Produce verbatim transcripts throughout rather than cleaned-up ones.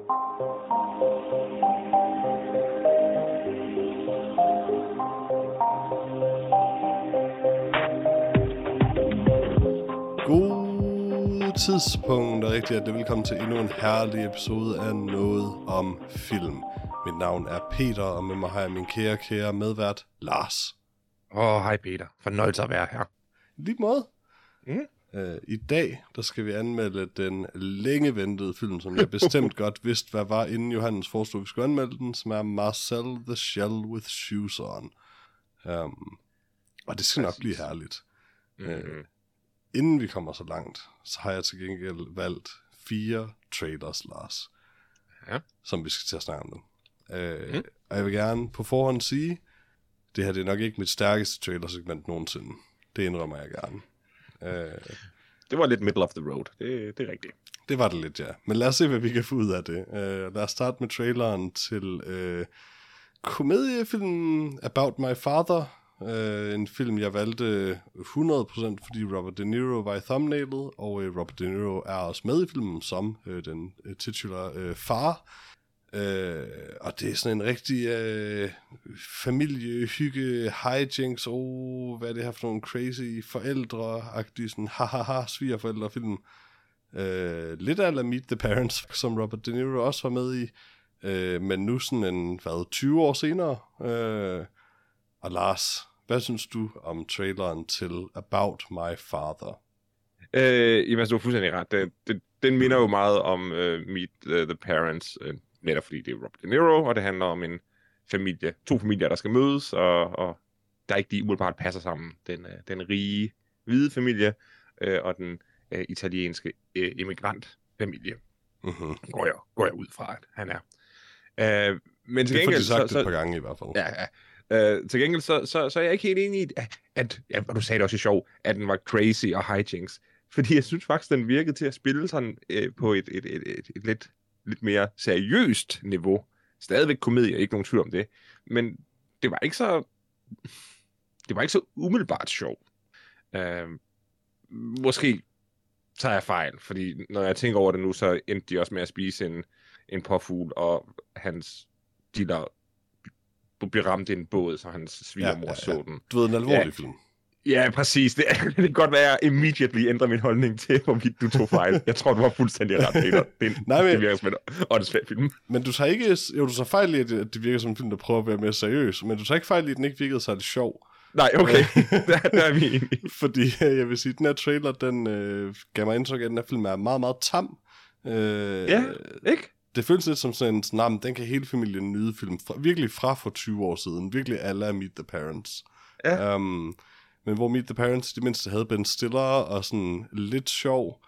God tidspunkt og rigtig hjertelig velkommen til endnu en herlig episode af Noget om Film. Mit navn er Peter, og med mig har jeg min kære, kære medvært, Lars. Åh, oh, hej Peter. Fornøjelse at være her. Lige måde. Mm. Uh, I dag, der skal vi anmelde den længe ventede film, som jeg bestemt godt vidste, hvad var, inden Johannes foreslog, vi skulle anmelde den, som er Marcel the Shell with Shoes On. Um, og det skal nok blive herligt. Mm-hmm. Uh, inden vi kommer så langt, så har jeg til gengæld valgt fire trailers, Lars, ja. Som vi skal til at snakke om nu. Uh, mm. Og jeg vil gerne på forhånd sige, det her det er nok ikke mit stærkeste trailersegment nogensinde. Det indrømmer jeg gerne. Uh, det var lidt middle of the road, det, det er rigtigt. Det var det lidt, ja. Men lad os se, hvad vi kan få ud af det. Uh, lad os starte med traileren til uh, komediefilmen About My Father. Uh, en film, jeg valgte hundrede procent, fordi Robert De Niro var i thumbnailet, og uh, Robert De Niro er også med i filmen som uh, den uh, titulære uh, far. Uh, og det er sådan en rigtig uh, familiehygge, hijinks, oh, hvad er det her for nogle crazy forældre-agtige, sådan ha-ha-ha, svigerforældre-film. Uh, lidt af la Meet the Parents, som Robert De Niro også var med i, uh, men nu sådan en, hvad, tyve år senere. Uh, og Lars, hvad synes du om traileren til About My Father? Øh, jamen, du har fuldstændig ret. Den, den, den minder jo meget om uh, Meet uh, the Parents, uh, netop fordi det er Robert De Niro, og det handler om en familie, to familier, der skal mødes, og, og der ikke de umiddelbart passer sammen. Den, uh, den rige, hvide familie, uh, og den uh, italienske uh, immigrantfamilie, mm-hmm. går, jeg, går jeg ud fra, at han er. Uh, men til det får gengæld, de sagt så, så, et par gange i hvert fald. Ja, ja. Uh, til gengæld, så, så, så er jeg ikke helt enig i, at, at ja, og du sagde det også i sjov, at den var crazy og hijinks. Fordi jeg synes faktisk, den virkede til at spille sådan øh, på et, et, et, et, et lidt, lidt mere seriøst niveau. Stadigvæk komedie, ikke nogen tvivl om det. Men det var ikke så, det var ikke så umiddelbart sjov. Uh, måske tager jeg fejl, fordi når jeg tænker over det nu, så endte de også med at spise en, en påfugl, og hans dealer bliver ramt i en båd, så hans svigermor ja, ja, ja. så den. Du ved, en alvorlig ja. film. Ja, præcis. Det, det kan godt være, at jeg immediately ændrer min holdning til, hvorvidt du tog fejl. Jeg tror, du var fuldstændig ret, Peter. Det, Nej, men, det virker som en åndssvagt film. Men du tager ikke... Jo, du tager fejl i, at det virker som en film, der prøver at være mere seriøs, men du tager ikke fejl i, at den ikke virkede særlig sjov. Nej, okay. der, der er vi enige. Fordi jeg vil sige, at den her trailer, den øh, gav mig indtryk af, at den her film er meget, meget tam. Øh, ja, ikke? Det føles lidt som sådan en sådan, den kan hele familien nyde film. Fra, virkelig fra for tyve år siden. Virkelig alla Meet the Parents. Ja. Um, men hvor Meet the Parents, de mindste havde Ben Stiller og sådan lidt sjov.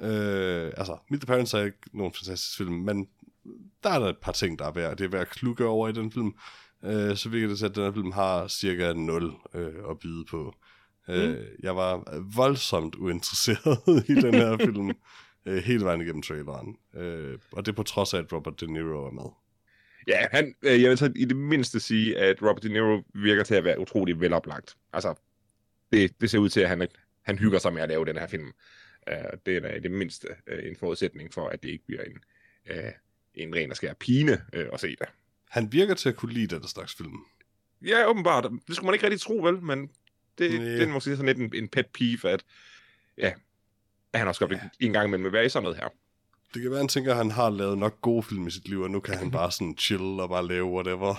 Øh, altså, Meet the Parents er ikke nogen fantastisk film, men der er der et par ting, der er værd. Det er værd at klukke over i den film. Øh, så virker det til, at den her film har cirka nul øh, at byde på. Mm. Øh, jeg var voldsomt uinteresseret i den her film. Øh, hele vejen igennem traileren. Øh, og det er på trods af, at Robert De Niro er med. Ja, han, øh, jeg vil så i det mindste sige, at Robert De Niro virker til at være utrolig veloplagt. Altså, det, det ser ud til, at han, han hygger sig med at lave den her film. Uh, det er da i det mindste uh, en forudsætning for, at det ikke bliver en, uh, en ren og skær pine uh, at se det. Han virker til at kunne lide den slags film. Ja, åbenbart. Det skulle man ikke rigtig tro, vel? Men det, det er måske sådan lidt en, en pet peeve, at ja, at han også godt ja. en gang imellem vil være i sådan noget her. Det kan være, han tænker, at han har lavet nok gode film i sit liv, og nu kan han bare sådan chill og bare lave whatever.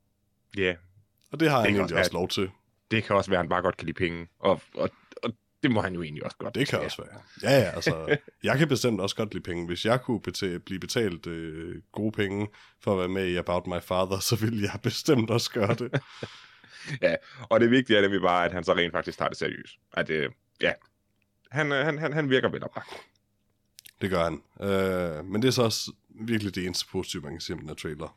Ja. Yeah. Og det har det han egentlig også, også lov til. Det kan også være, at han bare godt kan lide penge. Og, og, og det må han jo egentlig også godt. Det kan ja. også være. Ja, ja, altså. Jeg kan bestemt også godt lide penge. Hvis jeg kunne betale, blive betalt øh, gode penge for at være med i About My Father, så ville jeg bestemt også gøre det. Ja, og det vigtige er nemlig bare, at han så rent faktisk tager det seriøst. At, øh, ja, han, han, han, han virker veloplagt. Det gør han. Øh, men det er så også virkelig det eneste positive, man kan se med den her trailer.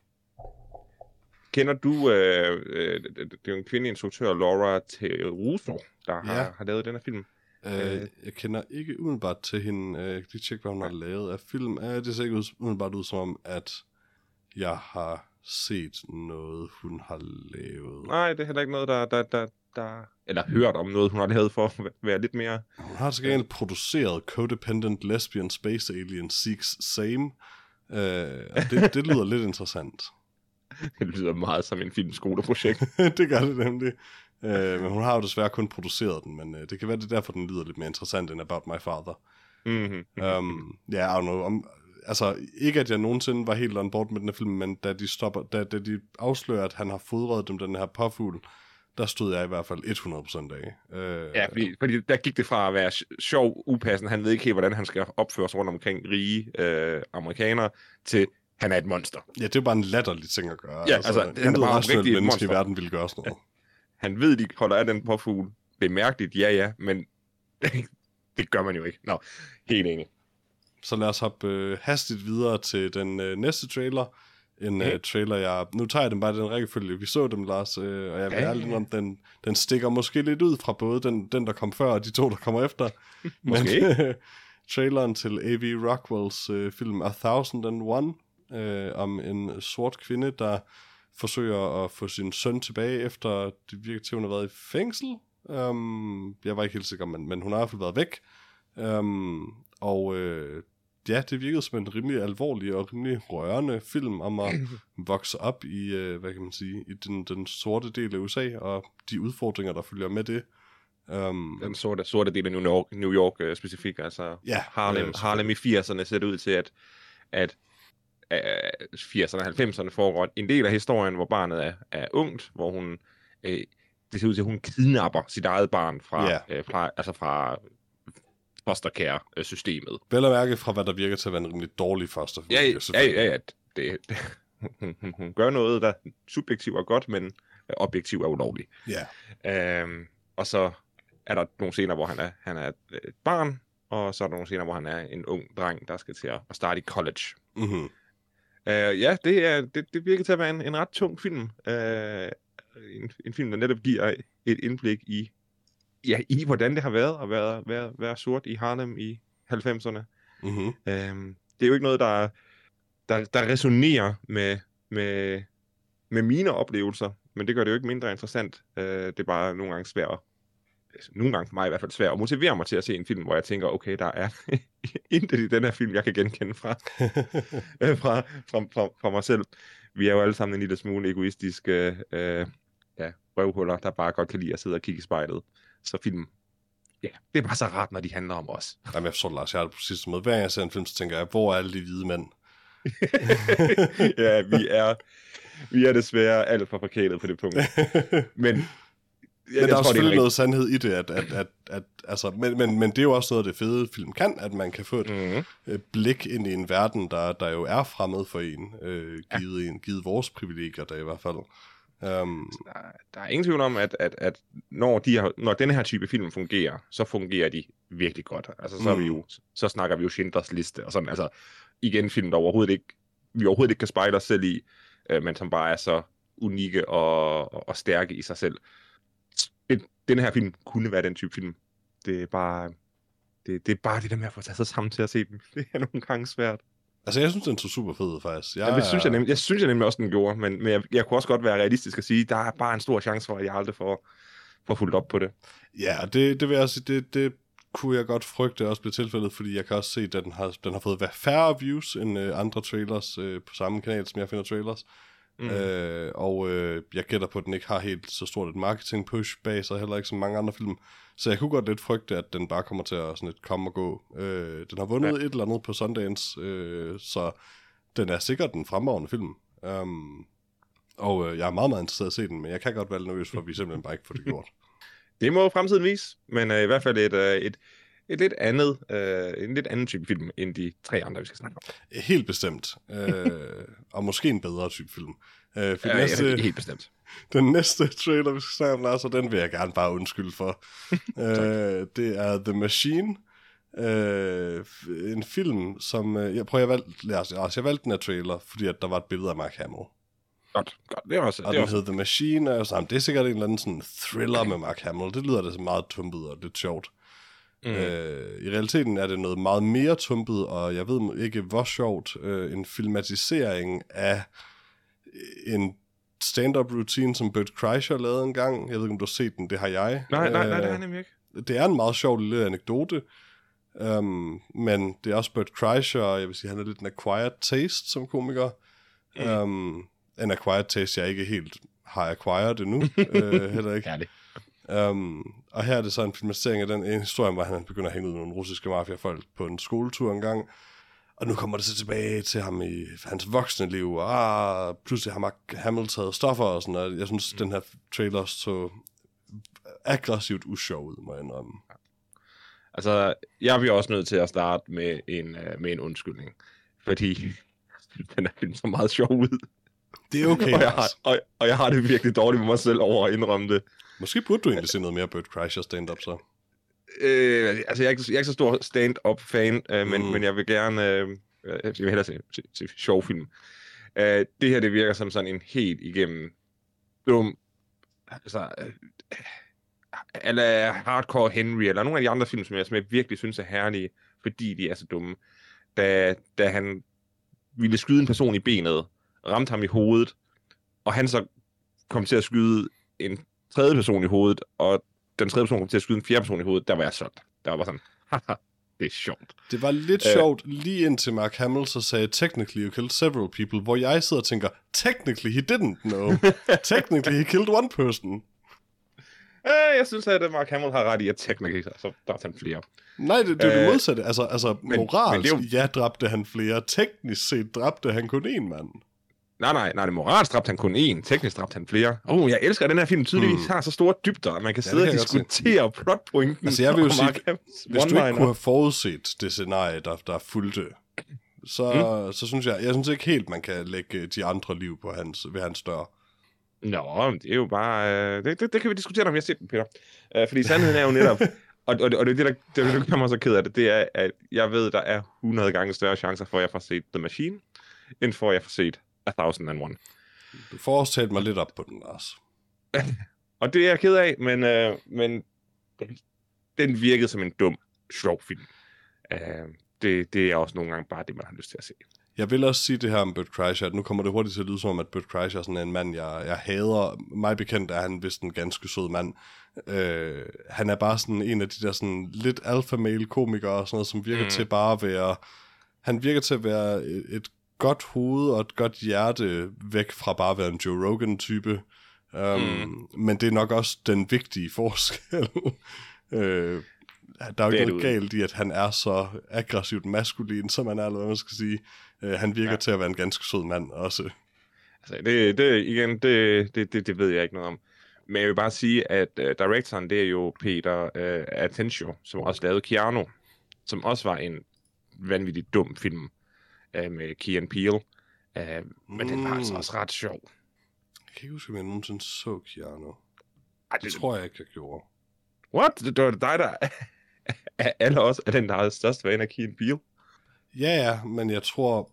Kender du, øh, øh, det er jo en kvindelig instruktør, Laura Teruso, der har, ja. har lavet den her film? Øh, jeg kender ikke umiddelbart til hende. Jeg kan lige tjekke, hvad hun har lavet af film. Øh, det ser ikke ud, umiddelbart ud som om, at jeg har set noget, hun har lavet. Nej, det er heller ikke noget, der... der, der, der eller hørt om noget, hun har lavet for at være lidt mere... Hun har til gengæld produceret Codependent Lesbian Space Alien Seeks Same, Øh, og det, det lyder lidt interessant. Det lyder meget som en filmskoleprojekt. Det gør det nemlig. Øh, men hun har jo desværre kun produceret den, men øh, det kan være, det er derfor, den lyder lidt mere interessant end About My Father. Mm-hmm. Um, ja, I know, om, altså ikke at jeg nogensinde var helt on board med den her film, men da de, stopper, da, da de afslører, at han har fodret dem den her påfugl, der stod jeg i hvert fald hundrede procent af. Uh, ja, fordi, fordi der gik det fra at være sjov, upassende, han ved ikke helt, hvordan han skal opføre sig rundt omkring rige øh, amerikanere, til han er et monster. Ja, det er bare en latterlig ting at gøre. Ja, altså, altså han er bare rigtig et menneske i verden ville gøre sådan noget. Ja. Han ved, de holder af den påfugl. Det er mærkeligt, ja ja, men det gør man jo ikke. Nå, helt enig. Så lad os hoppe øh, hastigt videre til den øh, næste trailer. En okay. øh, trailer, jeg... Nu tager jeg den bare i den rækkefølge, vi så dem, Lars, øh, og jeg vil ja, ærligt om, den, den stikker måske lidt ud fra både den, den der kom før, og de to, der kommer efter. Måske. Men traileren til A V Rockwells øh, film A Thousand and One, øh, om en sort kvinde, der forsøger at få sin søn tilbage, efter det virker til, hun har været i fængsel. Um, jeg var ikke helt sikker, men, men hun har i hvert fald været væk. Um, og øh, ja, det virkede som en rimelig alvorlig og rimelig rørende film om at vokse op i, øh, hvad kan man sige, i den, den sorte del af U S A, og de udfordringer, der følger med det. Um, den sorte, sorte del af New York, New York uh, specifikt, altså ja, Harlem, øh, Harlem i firserne ser det ud til, at, at uh, firserne og halvfemserne foregår en del af historien, hvor barnet er, er ungt, hvor hun, uh, det ser ud til, at hun kidnapper sit eget barn fra, yeah. uh, fra, altså fra fostercare-systemet. Vel at mærke fra, hvad der virker til at være en rimelig dårlig fosterfamilie. Ja, ja, ja, ja. Det, det, hun, hun, hun gør noget, der subjektivt er godt, men objektivt er ulovligt. Ja. Yeah. Um, og så er der nogle scener, hvor han er, han er et barn, og så er der nogle scener, hvor han er en ung dreng, der skal til at starte i college. Mm-hmm. Uh, ja, det, er, det, det virker til at være en, en ret tung film. Uh, en, en film, der netop giver et indblik i, ja, i hvordan det har været at være, være, være sort i Harlem i halvfemserne. Mm-hmm. Uh, det er jo ikke noget, der, der, der resonerer med, med, med mine oplevelser, men det gør det jo ikke mindre interessant. Uh, det er bare nogle gange svært, nogle gange for mig i hvert fald svært, at motivere mig til at se en film, hvor jeg tænker, okay, der er intet i den her film, jeg kan genkende fra, fra, fra, fra, fra mig selv. Vi er jo alle sammen en lille smule egoistiske øh, ja, røvhuller, der bare godt kan lide at sidde og kigge i spejlet. Så film, ja, det er bare så rart, når de handler om os. Jamen, jeg forstår det, Lars. Jeg har det på sidste måde. Hver gang jeg ser en film, så tænker jeg, hvor er alle de hvide mænd? Ja, vi er, vi er desværre alt for forkælet på det punkt. Men Ja, men der er selvfølgelig noget sandhed i det, at, at, at, at, altså, men, men, men det er jo også noget af det fede film kan, at man kan få et mm-hmm. blik ind i en verden, der, der jo er fremmed for en, øh, givet, ja. en, givet vores privilegier der i hvert fald. Um, der, der er ingen tvivl om, at, at, at når, de her, når denne her type film fungerer, så fungerer de virkelig godt. Altså, så, mm. er vi jo, så snakker vi jo Schindlers Liste, og sådan, altså igen film, der overhovedet ikke, vi overhovedet ikke kan spejle os selv i, øh, men som bare er så unikke og, og, og stærke i sig selv. Den her film kunne være den type film. Det er bare det, det er bare det der med at få taget sig sammen til at se den. Det er nogle gange svært. Altså, jeg synes, den så super fed, faktisk. Jeg, ja, det synes jeg, nemlig, jeg synes jeg nemlig også, den gjorde, men, men jeg, jeg kunne også godt være realistisk at sige, der er bare en stor chance for, at jeg aldrig får, får fuldt op på det. Ja, det, det vil jeg sige, det, det kunne jeg godt frygte også blev tilfældet, fordi jeg kan også se, at den har, den har fået færre views end øh, andre trailers øh, på samme kanal, som jeg finder trailers. Mm. Øh, og øh, jeg gætter på, at den ikke har helt så stort et marketing push bag sig, heller ikke som mange andre film. Så jeg kunne godt lidt frygte, at den bare kommer til at sådan et komme og gå. Øh, den har vundet ja. et eller andet på Sundance, øh, så den er sikkert en fremragende film. Um, og øh, jeg er meget, meget interesseret at se den, men jeg kan godt være nervøs for, at vi simpelthen bare ikke får det gjort. Det må fremtiden vise, men øh, i hvert fald et, øh, et, et lidt andet, øh, en lidt anden type film, end de tre andre, vi skal snakke om. Helt bestemt. øh, og måske en bedre type film. Øh, for ja, næste, ja, helt bestemt. Den næste trailer, vi skal snakke om, Lars, og den vil jeg gerne bare undskylde for. øh, det er The Machine. Øh, en film, som... Øh, jeg prøver, jeg valgte, Lars, jeg valgte den her trailer, fordi at der var et billede af Mark Hamill. Godt, godt. Det er også, og det den også. hed The Machine, og sådan, det er sikkert en eller anden sådan thriller med Mark Hamill. Det lyder da så meget tumpet og lidt sjovt. Mm. Øh, I realiteten er det noget meget mere tumpet, og jeg ved ikke hvor sjovt, øh, en filmatisering af en stand-up routine, som Bert Kreischer lavede en gang. Jeg ved ikke, om du har set den, det har jeg. Nej, nej, nej, det har jeg nemlig ikke. Det er en meget sjov lille anekdote. Um, men det er også Bert Kreischer, og jeg vil sige, han er lidt en acquired taste som komiker. Mm. Um, en acquired taste, jeg ikke helt har acquired endnu. uh, heller ikke. Herligt. Um, og her er det så en filmatisering af den en historie, hvor han begynder at hænge ud med nogle russiske mafiafolk på en skoletur en gang. Og nu kommer det så tilbage til ham i hans voksne liv, og ah, pludselig har Mark Hamill taget stoffer og sådan noget. Jeg synes, mm. den her trailer så aggressivt usjov ud, må jeg indrømme. Altså, jeg bliver også nødt til at starte med en, med en undskyldning, fordi den er film så meget sjov ud. Det er okay, og, jeg har, og, og jeg har det virkelig dårligt med mig selv over at indrømme det. Måske burde du egentlig se noget mere Bert Kreischer stand-up, så. Øh, altså, jeg er, ikke, jeg er ikke så stor stand-up-fan, øh, men, mm. men jeg vil gerne øh, jeg vil hellere se, se, se sjov film. Øh, det her, det virker som sådan en helt igennem dum, altså, øh, eller Hardcore Henry, eller nogle af de andre film, som jeg, som jeg virkelig synes er herlige, fordi de er så dumme. Da, da han ville skyde en person i benet, ramte ham i hovedet, og han så kom til at skyde en tredje person i hovedet, og den tredje person kom til at skyde en fjerde person i hovedet, der var jeg solgt. Der var bare sådan, haha, det er sjovt. Det var lidt øh, sjovt, lige indtil Mark Hamill så sagde, technically you killed several people, hvor jeg sidder og tænker, technically he didn't know. Technically he killed one person. Øh, jeg synes, at Mark Hamill har ret i, at technically, så der er han flere. Nej, det, det er øh, det modsatte. Altså, altså men, moralsk, men jo... ja, dræbte han flere. Teknisk set dræbte han kun én mand. Nej, nej, nej, det moralsk dræbte han kun én. Teknisk dræbte han flere. Åh, oh, jeg elsker, at den her film tydeligvis mm. har så store dybder, at man kan ja, sidde og diskutere plotpointen. Altså, jeg vil jo sige, hvis du ikke kunne have forudset det scenarie, der, der fulgte, så, mm. så synes jeg, jeg synes ikke helt, man kan lægge de andre liv på hans, ved hans dør. Nå, det er jo bare... Det, det, det kan vi diskutere, når vi har set den, Peter. Uh, fordi sandheden er jo netop... og, og, og det, det, der, det, der gør mig så ked af det, det er, at jeg ved, der er hundrede gange større chancer for, at jeg får set The Machine, end for, at jeg får set A Thousand and One. Du får også talt mig lidt op på den, Lars. Og det er jeg ked af, men, øh, men den, den virkede som en dum, sjov film. Uh, det, det er også nogle gange bare det, man har lyst til at se. Jeg vil også sige det her om Bert Kreischer, at nu kommer det hurtigt til at lyde som om, at Bert Kreischer er sådan en mand, jeg, jeg hader. Mig bekendt er han vist en ganske sød mand. Øh, han er bare sådan en af de der sådan lidt alpha-male komikere og sådan noget, som virker mm. til bare at være... Han virker til at være et, et godt hoved og et godt hjerte væk fra bare at være en Joe Rogan-type. Um, mm. Men det er nok også den vigtige forskel. øh, der er jo ikke noget galt i, at han er så aggressivt maskulin, som han er, eller hvad man skal sige. Uh, han virker ja. til at være en ganske sød mand også. Altså, det, det, igen, det, det, det, det ved jeg ikke noget om. Men jeg vil bare sige, at uh, directoren, det er jo Peter uh, Atencio, som også lavede Keanu, som også var en vanvittig dum film uh, med Key and Peele. Uh, men mm. den var altså også ret sjov. Jeg kan ikke huske, om jeg nogensinde så Keanu. Ej, det, det tror jeg ikke, jeg gjorde. What? Det var dig, der af alle os er den, der er største fan af Key and Peele? Ja, ja, men jeg tror...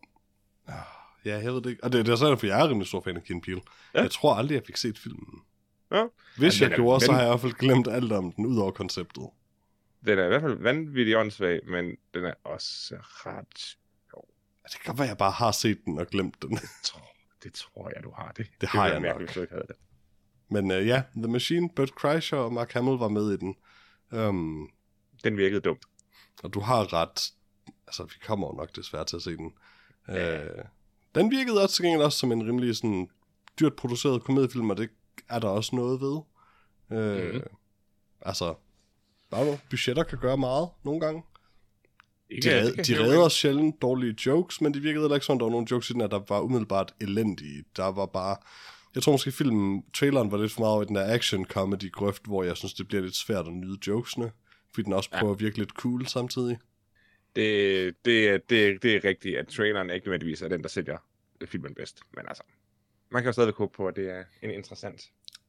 Ja, jeg ved det ikke. Og det, det er sådan, for jeg er rimelig stor fan af Key and Peele. Ja. Jeg tror aldrig, jeg fik set filmen. Ja. Hvis jeg gjorde, er, så har jeg i hvert fald glemt alt om den, ud over konceptet. Den er i hvert fald vanvittig åndssvag, men den er også ret sjov. Det kan godt være, jeg bare har set den og glemt den. Det tror, det tror jeg, du har. Det, det, det har jeg mærkeligt, nok. Ikke havde det. Men uh, ja, The Machine, Bert Kreischer og Mark Hamill var med i den. Um, den virkede dumt. Og du har ret. Altså, vi kommer jo nok desværre til at se den. Ja. Uh, den virkede også til gengæld også som en rimelig sådan dyrt produceret komediefilm, og det er der også noget ved. Uh, mm. Altså, bare nu, budgetter kan gøre meget nogle gange. Ikke, de red, de redder sjældent dårlige jokes, men det virkede heller ikke sådan, der var nogle jokes i den, at der var umiddelbart elendige. Der var bare... Jeg tror måske filmen, traileren var lidt for meget over i den der action-comedy-grøft, hvor jeg synes, det bliver lidt svært at nyde jokesene, fordi den også prøver ja. at virke lidt cool samtidig. Det, det, det, det er rigtigt, at traileren ikke nødvendigvis er den, der sælger filmen bedst. Men altså, man kan jo stadig håbe på, at det er en interessant.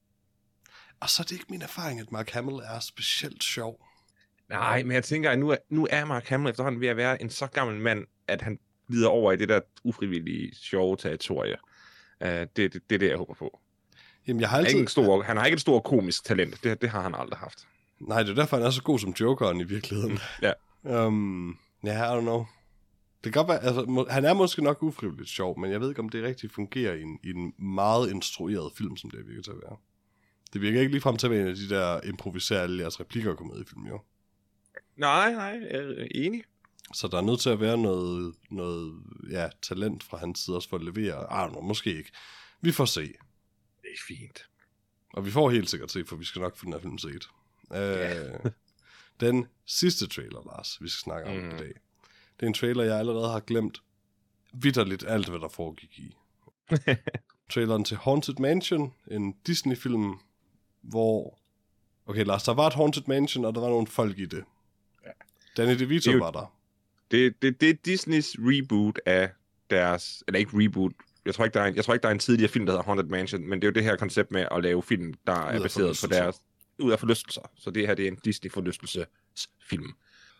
Og så er det ikke min erfaring, at Mark Hamill er specielt sjov. Nej, men jeg tænker, at nu er, nu er Mark Hamill efterhånden ved at være en så gammel mand, at han glider over i det der ufrivillige sjove territorie. Uh, det, det, det er det, jeg håber på. Jamen, jeg har altid... han, stor, han har ikke et stort komisk talent. Det, det har han aldrig haft. Nej, det er derfor, han er så god som Jokeren i virkeligheden. Ja. um, ja, yeah, I don't know. Det kan godt være, altså, må, han er måske nok ufrivilligt sjov, men jeg ved ikke, om det rigtig fungerer i en, i en meget instrueret film, som det virker til at være. Det virker ikke ligefrem til at være en af de der improviserede jeres replikker komediefilm, jo. Nej, nej, jeg er enig. Så der er nødt til at være noget, noget ja, talent fra hans side også for at levere. Ah, no, måske ikke. Vi får se. Det er fint. Og vi får helt sikkert se, for vi skal nok få den her film set. Yeah. Øh, den sidste trailer, Lars, vi skal snakke om mm. i dag. Det er en trailer, jeg allerede har glemt vitterligt alt, hvad der foregik i. Traileren til Haunted Mansion, en Disney-film, hvor... Okay, Lars, der var et Haunted Mansion, og der var nogle folk i det. Ja. Danny DeVito jo... var der. Det, det, det er Disneys reboot af deres... Eller ikke reboot. Jeg tror ikke, der er en, jeg tror ikke, der er en tidligere film, der hedder Haunted Mansion, men det er jo det her koncept med at lave film, der er baseret på deres... Ud af forlystelser. Så det her, det er en Disney-forlystelsesfilm.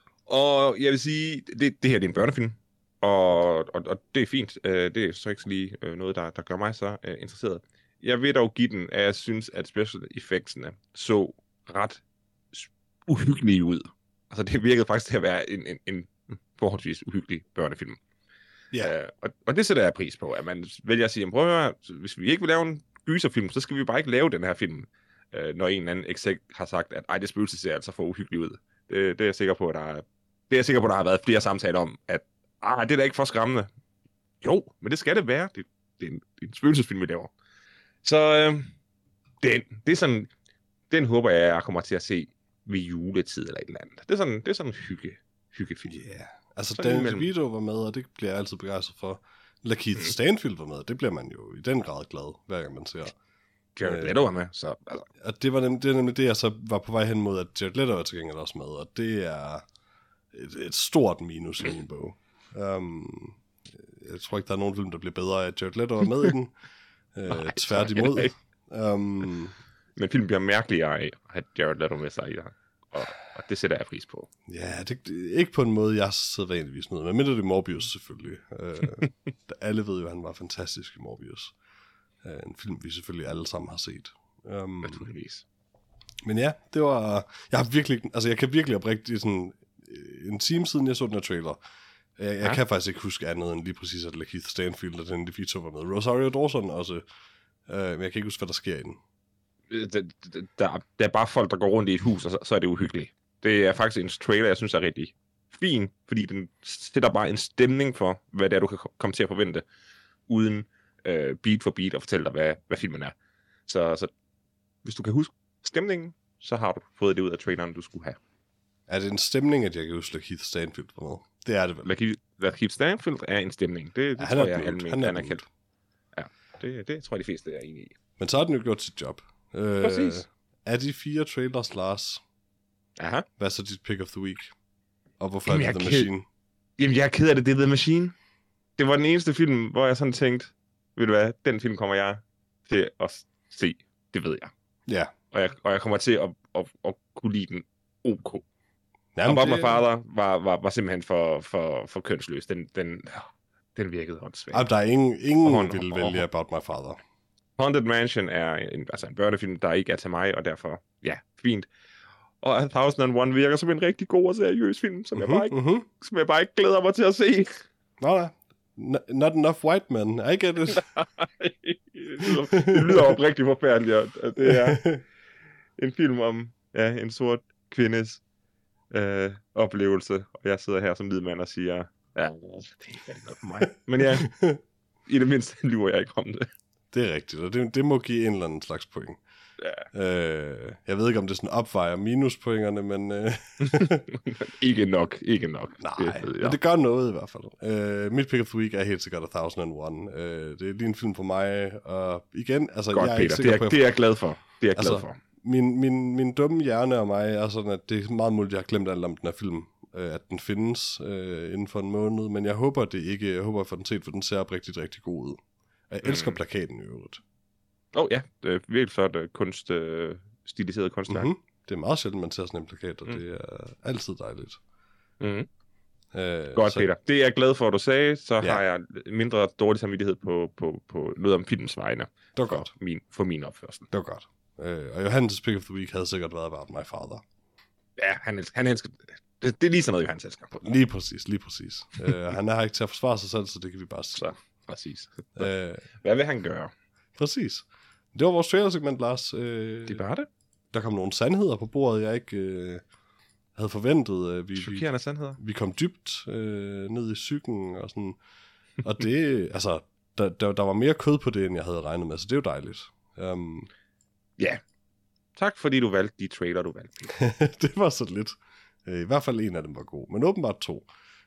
Og jeg vil sige, det, det her det er en børnefilm. Og, og, og det er fint. Det er så ikke lige noget, der, der gør mig så uh, interesseret. Jeg vil dog give den, at jeg synes, at special effectsene så ret uhyggelige ud. Altså det virkede faktisk til at være en, en, en forholdsvis uhyggelig børnefilm. Yeah. Uh, og, og det sætter jeg pris på, at man vælger at sige, prøv at høre, hvis vi ikke vil lave en gyserfilm, så skal vi bare ikke lave den her film, uh, når en eller anden exec har sagt, at ej, det spøgelse ser altså for uhyggeligt ud. Det, det er jeg sikker på, at der er, det er jeg sikker på, at der har været flere samtaler om, at ah, det er da ikke for skræmmende. Jo, men det skal det være. Det, det, er, en, det er en spøgelsesfilm, vi laver. Så øh, den, det er sådan, den håber jeg, jeg kommer til at se ved juletid eller et eller andet. Det er sådan, det er sådan en hygge, hyggefilm. Ja, yeah. Altså Danny DeVito var med, og det bliver jeg altid begejstret for. Lakeith mm. Stanfield var med, det bliver man jo i den grad glad, hver gang man ser. Jared Leto var med, så... Altså. Og det var nem, det er nemlig det, jeg så var på vej hen mod, at Jared Leto var til gengæld også med, og det er et, et stort minus i min bog. Um, jeg tror ikke, der er nogen film, der bliver bedre af, at Jared Leto er med i den. uh, tværtimod. Um, Men filmen bliver mærkeligere af at have Jared Leto med sig i det, og, og det sætter jeg pris på. Ja, det, det, ikke på en måde, jeg sidder vanligvis med, men mindre det er Morbius selvfølgelig. Uh, alle ved jo, at han var fantastisk i Morbius. Uh, en film, vi selvfølgelig alle sammen har set. Um, Naturligvis. Men ja, det var... Jeg har virkelig... Altså, jeg kan virkelig oprigtigt sådan... En time siden, jeg så den her trailer... Jeg, jeg ja. kan faktisk ikke huske andet end lige præcis, at Lakeith Stanfield og Danny DeVito var med. Rosario Dawson også. Uh, men jeg kan ikke huske, hvad der sker i den. Der, der, der er bare folk, der går rundt i et hus, og så, så er det uhyggeligt. Det er faktisk en trailer, jeg synes er rigtig fin, fordi den sætter bare en stemning for, hvad det er, du kan komme til at forvente, uden uh, beat for beat at fortælle dig, hvad, hvad filmen er. Så, så hvis du kan huske stemningen, så har du fået det ud af traileren, du skulle have. Er det en stemning, at jeg kan huske Lakeith Stanfield var med? Det er det vel. Lakeith, Lakeith Stanfield er en stemning. Det, det ja, tror jeg er almindeligt anerkendt. Ja, det, det tror jeg de fleste er enige i. Men så har den jo gjort sit job. Øh, Præcis. Er de fire trailers, Lars? Aha. Hvad er så dit pick of the week? Og hvorfor Jamen, er det The ked... Machine? Jamen, jeg er ked af det, det er The Machine. Det var den eneste film, hvor jeg sådan tænkte, ved du hvad, den film kommer jeg til at se. Det ved jeg. Ja. Og jeg, og jeg kommer til at, at, at kunne lide den ok. Jamen, og Bob det... My Father var, var, var simpelthen for, for, for kønsløs. Den, den, den virkede åndssvagt. Jamen, der er ingen, ingen og, ville vælge og, About My Father. Haunted Mansion er en, altså en børnefilm, der ikke er til mig, og derfor, ja, fint. Og A Thousand and One virker som en rigtig god og seriøs film, som, uh-huh, jeg, bare ikke, uh-huh. som jeg bare ikke glæder mig til at se. Nå da. N- not enough white men. I get it. det, lyder, det lyder oprigtigt forfærdeligt, at det er en film om ja, en sort kvindes øh, oplevelse, og jeg sidder her som hvid mand og siger, ja, det er ikke noget for mig. Men ja, i det mindste lyver jeg ikke om det. Det er rigtigt, og det, det må give en eller anden slags point. Ja. Øh, jeg ved ikke, om det sådan opvejer minuspointerne, men... Øh... ikke nok, ikke nok. Nej, det, men det gør noget i hvert fald. Øh, mit pick of the week er helt sikkert A Thousand and One. Øh, det er lige en film for mig, og igen, altså... Godt, jeg er Peter, ikke sikker det er, på, jeg... det er jeg glad for. Det er jeg altså, glad for. Min, min, min dumme hjerne og mig er sådan, at det er meget muligt, at jeg har glemt alt om den her film. Øh, at den findes øh, inden for en måned, men jeg håber det ikke. Jeg håber, at få den set, for den ser rigtig, rigtig god ud. Jeg elsker mm. plakaten i øvrigt. Åh oh, ja, det er virkelig flot uh, kunst, uh, stiliseret kunstværk. Mm-hmm. Det er meget sjældent, man ser sådan en plakat, og mm. det er altid dejligt. Mm. Øh, Godt, så... Peter. Det er jeg glad for, at du sagde. Så ja. har jeg mindre dårlig samvittighed på, på, på noget om filmens vegne. Det var for godt. Min, for min opførsel. Det var godt. Øh, og Johannes pick of the week havde sikkert været About My Father. Ja, han elsker. Han elsker. Det, det er lige sådan noget, Johannes elsker på. Lige præcis, lige præcis. øh, han er her ikke til at forsvare sig selv, så det kan vi bare sige. Så, præcis. øh, Hvad vil han gøre? Præcis. Det var vores trailer-segment, Lars. Øh, det var det. Der kom nogle sandheder på bordet, jeg ikke øh, havde forventet. Øh, vi, Chokerende sandheder. Vi kom dybt øh, ned i psyken og sådan. Og det, altså, der, der, der var mere kød på det, end jeg havde regnet med, så det er jo dejligt. Um, ja. Tak fordi du valgte de trailer, du valgte. Det var så lidt. I hvert fald en af dem var god, men åbenbart to.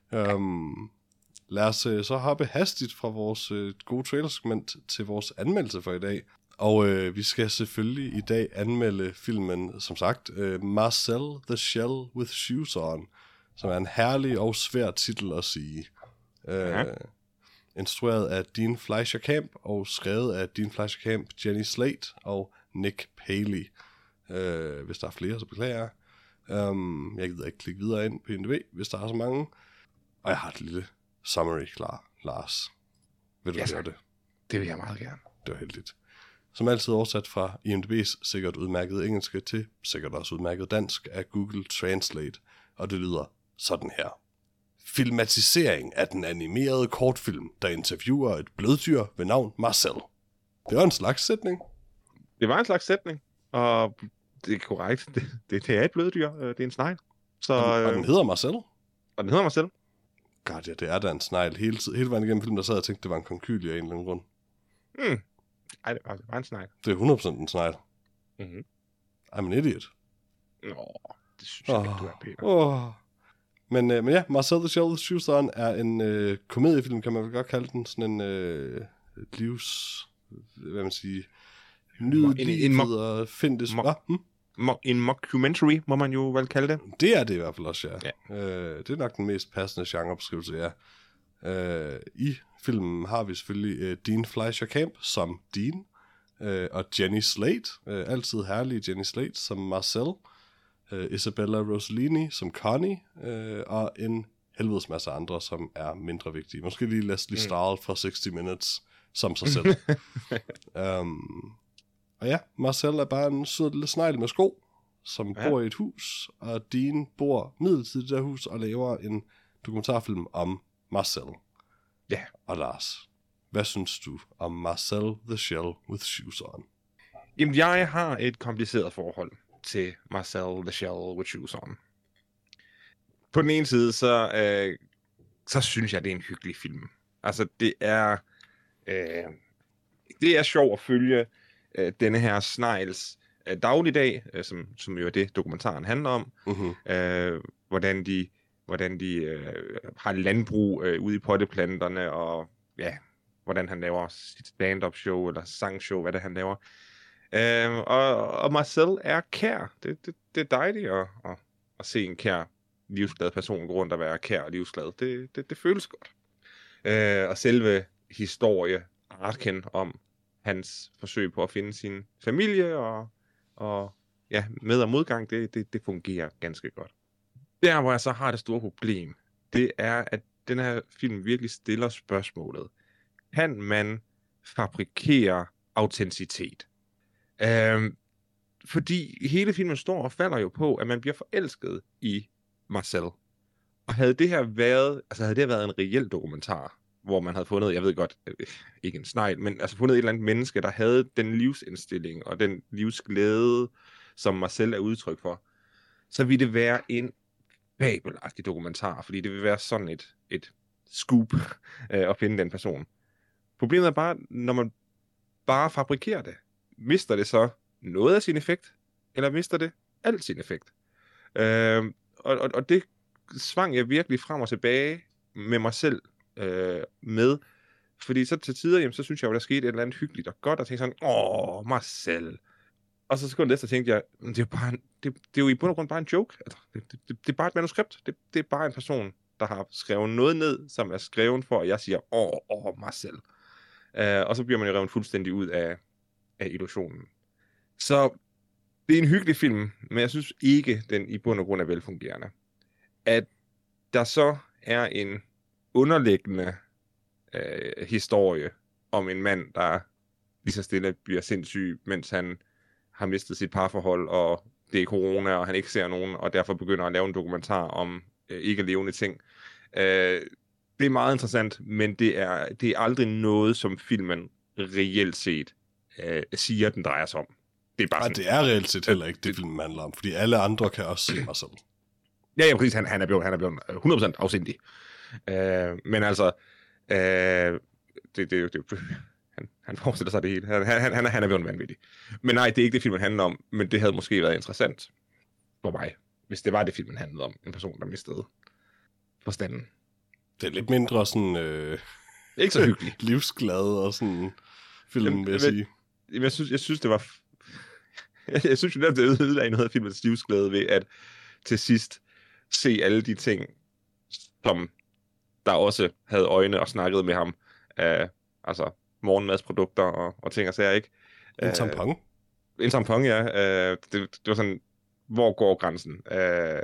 Um, lad os uh, så hoppe hastigt fra vores uh, gode trailersegment til vores anmeldelse for i dag. Og uh, vi skal selvfølgelig i dag anmelde filmen, som sagt, uh, Marcel the Shell with Shoes On, som er en herlig og svær titel at sige. Uh, instrueret af Dean Fleischer Camp og skrevet af Dean Fleischer Camp, Jenny Slate og Nick Paley. Uh, hvis der er flere, så beklager jeg. Um, jeg gider ikke klikke videre ind på I M D B, hvis der er så mange. Og jeg har et lille summary klar, Lars. Vil du ja, gøre det? Det vil jeg meget gerne. Det var heldigt. Som altid oversat fra I M D B's sikkert udmærket engelske til sikkert også udmærket dansk af Google Translate. Og det lyder sådan her. Filmatisering af den animerede kortfilm, der interviewer et bløddyr ved navn Marcel. Det var en slags sætning. Det var en slags sætning, og det er korrekt. Det, det, det er et bløddyr. Det er en snegl. Så, og, den, og den hedder Marcel? Og den hedder Marcel. God, ja, det er da en snegl. Hele, hele vejen igennem filmen, der sad og tænkte, det var en konkylie af en eller anden grund. Hmm. Ej, det var, det var en snegl. Det er hundrede procent en snegl. Mm-hmm. I'm an idiot. Nå, det synes jeg oh, ikke, du er, Peter. Oh. Men, øh, men ja, Marcel the Shell with Shoes On er en øh, komediefilm, kan man vel godt kalde den. Sådan en øh, livs... Hvad man siger... Nyd livet og find det... Mo- hm? mo- en mockumentary, må man jo vel kalde det. Det er det i hvert fald også, ja. ja. Øh, det er nok den mest passende genrebeskrivelse, ja. Øh, I filmen har vi selvfølgelig øh, Dean Fleischer Camp som Dean, øh, og Jenny Slate, øh, altid herlige Jenny Slate som Marcel, øh, Isabella Rossellini som Connie, øh, og en helvedes masse andre, som er mindre vigtige. Måske lige Leslie mm. Stahl fra sixty minutes som sig selv. um, og ja, Marcel er bare en sød lille snegl med sko, som ja. bor i et hus, og Dean bor midlertidigt i det hus og laver en dokumentarfilm om Marcel. Ja. Og Lars, hvad synes du om Marcel the Shell with Shoes On? Jamen, jeg har et kompliceret forhold til Marcel the Shell with Shoes On. På den ene side, så, øh, så synes jeg, det er en hyggelig film. Altså, det er, øh, det er sjovt at følge øh, denne her snegls øh, dagligdag, øh, som, som jo er det, dokumentaren handler om. Uh-huh. Øh, hvordan de, hvordan de øh, har landbrug øh, ude i potteplanterne, og ja, hvordan han laver sit stand-up show, eller sangshow, hvad det han laver. Øh, og, og Marcel er kær. Det, det, det er dejligt at, at, at se en kær, livsglad person gå rundt og være kær og livsglad. Det, det, det føles godt. Øh, og selve historie, arken om hans forsøg på at finde sin familie og, og ja, med- og modgang, det, det, det fungerer ganske godt. Der, hvor jeg så har det store problem, det er, at den her film virkelig stiller spørgsmålet. Kan man fabrikere autenticitet? Øh, fordi hele filmen står og falder jo på, at man bliver forelsket i Marcel. Og havde det her været, altså havde det her været en reel dokumentar, hvor man havde fundet, jeg ved godt, ikke en snegl, men altså fundet et eller andet menneske, der havde den livsindstilling og den livsglæde, som Marcel er udtryk for, så ville det være en fabelagtig dokumentar, fordi det vil være sådan et, et scoop øh, at finde den person. Problemet er bare, når man bare fabrikerer det, mister det så noget af sin effekt, eller mister det alt sin effekt. Øh, og, og, og det svang jeg virkelig frem og tilbage med mig selv øh, med, fordi så til tider, jamen, så synes jeg jo, der skete et eller andet hyggeligt og godt, og tænkte sådan, åh, Marcel. Og så sekundet efter tænkte jeg, det er jo, bare en, det, det er jo i bund og grund bare en joke. Altså, det, det, det, det er bare et manuskript. Det, det er bare en person, der har skrevet noget ned, som er skrevet for, at jeg siger, åh, åh, Marcel. Uh, og så bliver man jo revet fuldstændig ud af, af illusionen. Så det er en hyggelig film, men jeg synes ikke, den i bund og grund er velfungerende. At der så er en underliggende øh, historie om en mand, der lige så stille bliver sindssyg, mens han har mistet sit parforhold, og det er corona, og han ikke ser nogen, og derfor begynder at lave en dokumentar om øh, ikke levende ting. Øh, det er meget interessant, men det er, det er aldrig noget, som filmen reelt set øh, siger, den drejer sig om. Det er bare Ej, sådan, det er reelt set heller ikke det, filmen handler om, fordi alle andre kan også se mig selv. Ja, ja, præcis. Han, han er blevet, han er blevet hundrede procent afsindig. Øh, men altså, øh, det, det, det, han, han forestiller sig det hele. Han, han, han, han er blevet vanvittig. Men nej, det er ikke det, filmen handler om, men det havde måske været interessant for mig, hvis det var det, filmen handlede om. En person, der mistede forstanden. Det er lidt mindre sådan... Øh, ikke så hyggeligt. livsglad og sådan film, jamen, vil jeg men, sige. Jamen, jeg, synes, jeg synes, det var... jeg, jeg synes jo netop, det ødelagde noget af filmens livsglæde ved, at til sidst se alle de ting, som der også havde øjne og snakket med ham. Uh, altså morgenmadsprodukter og, og ting og sager, ikke? En uh, tampon? En tampon, ja. Uh, det, det var sådan, hvor går grænsen? Uh,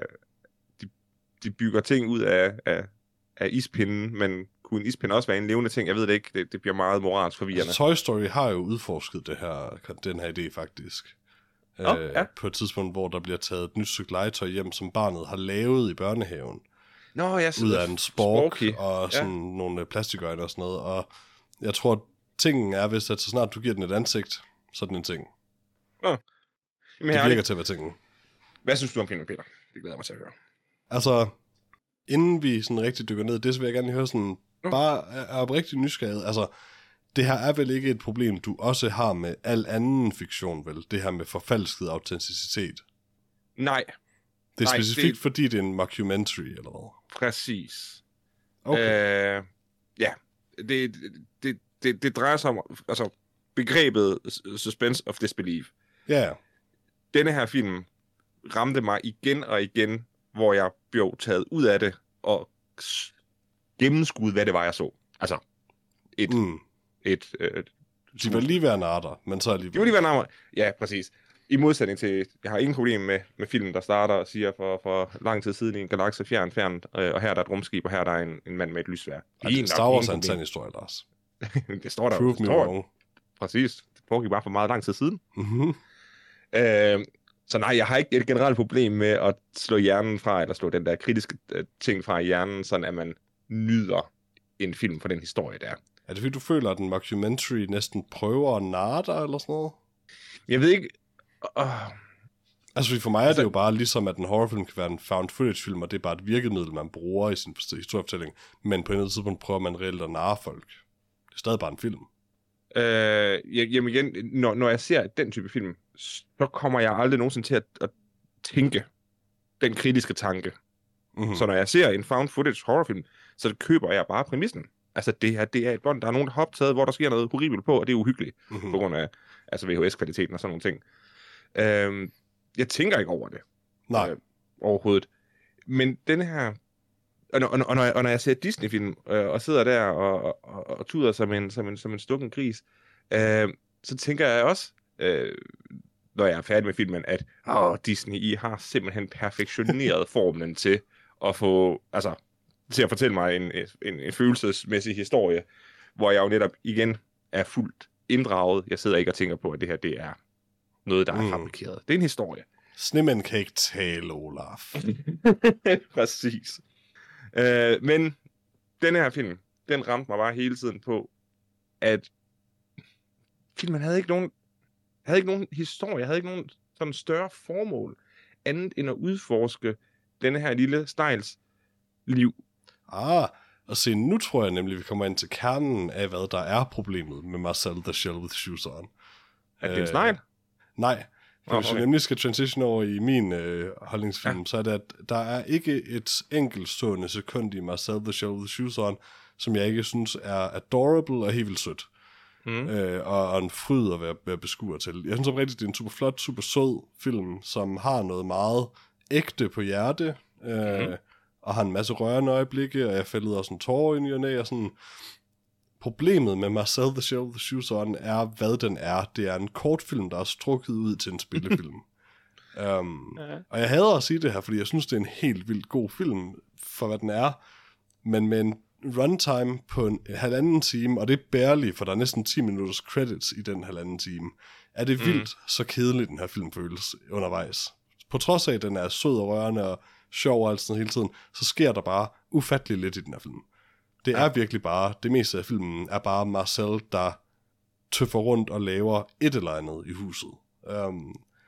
de, de bygger ting ud af, af, af ispinden, men kunne en ispinde også være en levende ting? Jeg ved det ikke. Det, det bliver meget moralsk forvirrende. Altså, Toy Story har jo udforsket det her, den her idé faktisk. Oh, uh, ja. På et tidspunkt, hvor der bliver taget et nyt stykke legetøj hjem, som barnet har lavet i børnehaven. Nå, jeg ud af en spork sporky. og sådan ja. nogle plastikøjne og sådan noget. Og jeg tror, tingen er, hvis at så snart du giver den et ansigt, så er den en ting. Nå. Jamen, det virker til at være tingen. Hvad synes du om filmen, Peter? Det glæder mig til at høre. Altså, inden vi sådan rigtig dykker ned, det så vil jeg gerne høre sådan, mm. bare er oprigtig nysgerrighed. Altså, det her er vel ikke et problem, du også har med al anden fiktion, vel? Det her med forfalsket autenticitet. Nej. Det er Nej, specifikt, det... fordi det er en mockumentary, eller hvad? Præcis. Okay. Øh, ja, det, det, det, det drejer sig om altså, begrebet suspense of disbelief. Ja. Yeah. Denne her film ramte mig igen og igen, hvor jeg blev taget ud af det og gennemskuede, hvad det var, jeg så. Altså, et... Mm. et øh, de var lige ved narter, men så alligevel. De var lige ved narter. Ja, præcis. I modsætning til, jeg har ingen problem med, med filmen, der starter og siger for, for lang tid siden i en galakse fjern, fjern, øh, og her er der et rumskib, og her er der en, en mand med et lysvær. Og det er Star Wars er en sand historie, Lars. Det står der. Prove det me står, wrong. Præcis. Det foregik bare for meget lang tid siden. Mm-hmm. Øh, så nej, jeg har ikke et generelt problem med at slå hjernen fra, eller slå den der kritiske øh, ting fra i hjernen, sådan at man nyder en film for den historie, der. Er det fordi, du føler, at en mockumentary næsten prøver at narre dig, eller sådan noget? Jeg ved ikke... Uh... Altså, for mig er det jo bare ligesom, at en horrorfilm kan være en found footage-film, og det er bare et virkemiddel, man bruger i sin historiefortælling. Men på en eller anden tidspunkt prøver man reelt at narre folk. Det er stadig bare en film. Øh, jamen igen, når, når jeg ser den type film, så kommer jeg aldrig nogensinde til at, at tænke den kritiske tanke. Mm-hmm. Så når jeg ser en found footage horrorfilm, så køber jeg bare præmissen. Altså, det her, det er et bånd, der er nogen, der har optaget, hvor der sker noget horribelt på, og det er uhyggeligt, mm-hmm. på grund af altså V H S-kvaliteten og sådan nogle ting. Øh, jeg tænker ikke over det. Nej. Øh, overhovedet. Men den her... Og når, og, når jeg, og når jeg ser Disney-film, øh, og sidder der og, og, og tuder som en, som en, som en stukken gris, øh, så tænker jeg også, øh, når jeg er færdig med filmen, at åh, Disney, I har simpelthen perfektioneret formlen til at få, altså, til at fortælle mig en, en, en følelsesmæssig historie, hvor jeg jo netop igen er fuldt inddraget. Jeg sidder ikke og tænker på, at det her, det er noget, der er mm. fabrikeret. Det er en historie. Snemænd kan ikke tale, Olaf. Præcis. Øh, men denne her film, den ramte mig bare hele tiden på, at filmen havde ikke nogen, havde ikke nogen historie, havde ikke nogen sådan større formål, andet end at udforske denne her lille stejls liv. Ah, og se, nu tror jeg nemlig, vi kommer ind til kernen af, hvad der er problemet med Marcel the Shell with Shoes On. Er det øh, en snegl? Nej. For oh, hvis okay. vi nemlig skal transition over i min øh, holdningsfilm, ja. så er det, at der er ikke et enkeltstående sekund i Marcel the Shell with Shoes On, som jeg ikke synes er adorable og helt vildt sødt. Mm. Øh, og, og en fryd at være, være beskuer til. Jeg synes oprigtigt, det er en super flot, super sød film, som har noget meget ægte på hjerte, øh, mm. og har en masse rørende øjeblikke, og jeg fældede også en tårer ind i og næ, og sådan... Problemet med Marcel the Shell with Shoes On er, hvad den er. Det er en kortfilm, der er strukket ud til en spillefilm. um, ja. Og jeg hader at sige det her, fordi jeg synes, det er en helt vildt god film, for hvad den er. Men med en runtime på en halvanden time, og det er barely, for der er næsten ti minutters credits i den halvanden time, er det vildt mm. så kedeligt, den her film føles undervejs. På trods af, at den er sød og rørende og sjov og alt sådan hele tiden, så sker der bare ufattelig lidt i den her film. Det er ja. virkelig bare, det meste af filmen er bare Marcel, der tøffer rundt og laver et eller andet i huset. Um,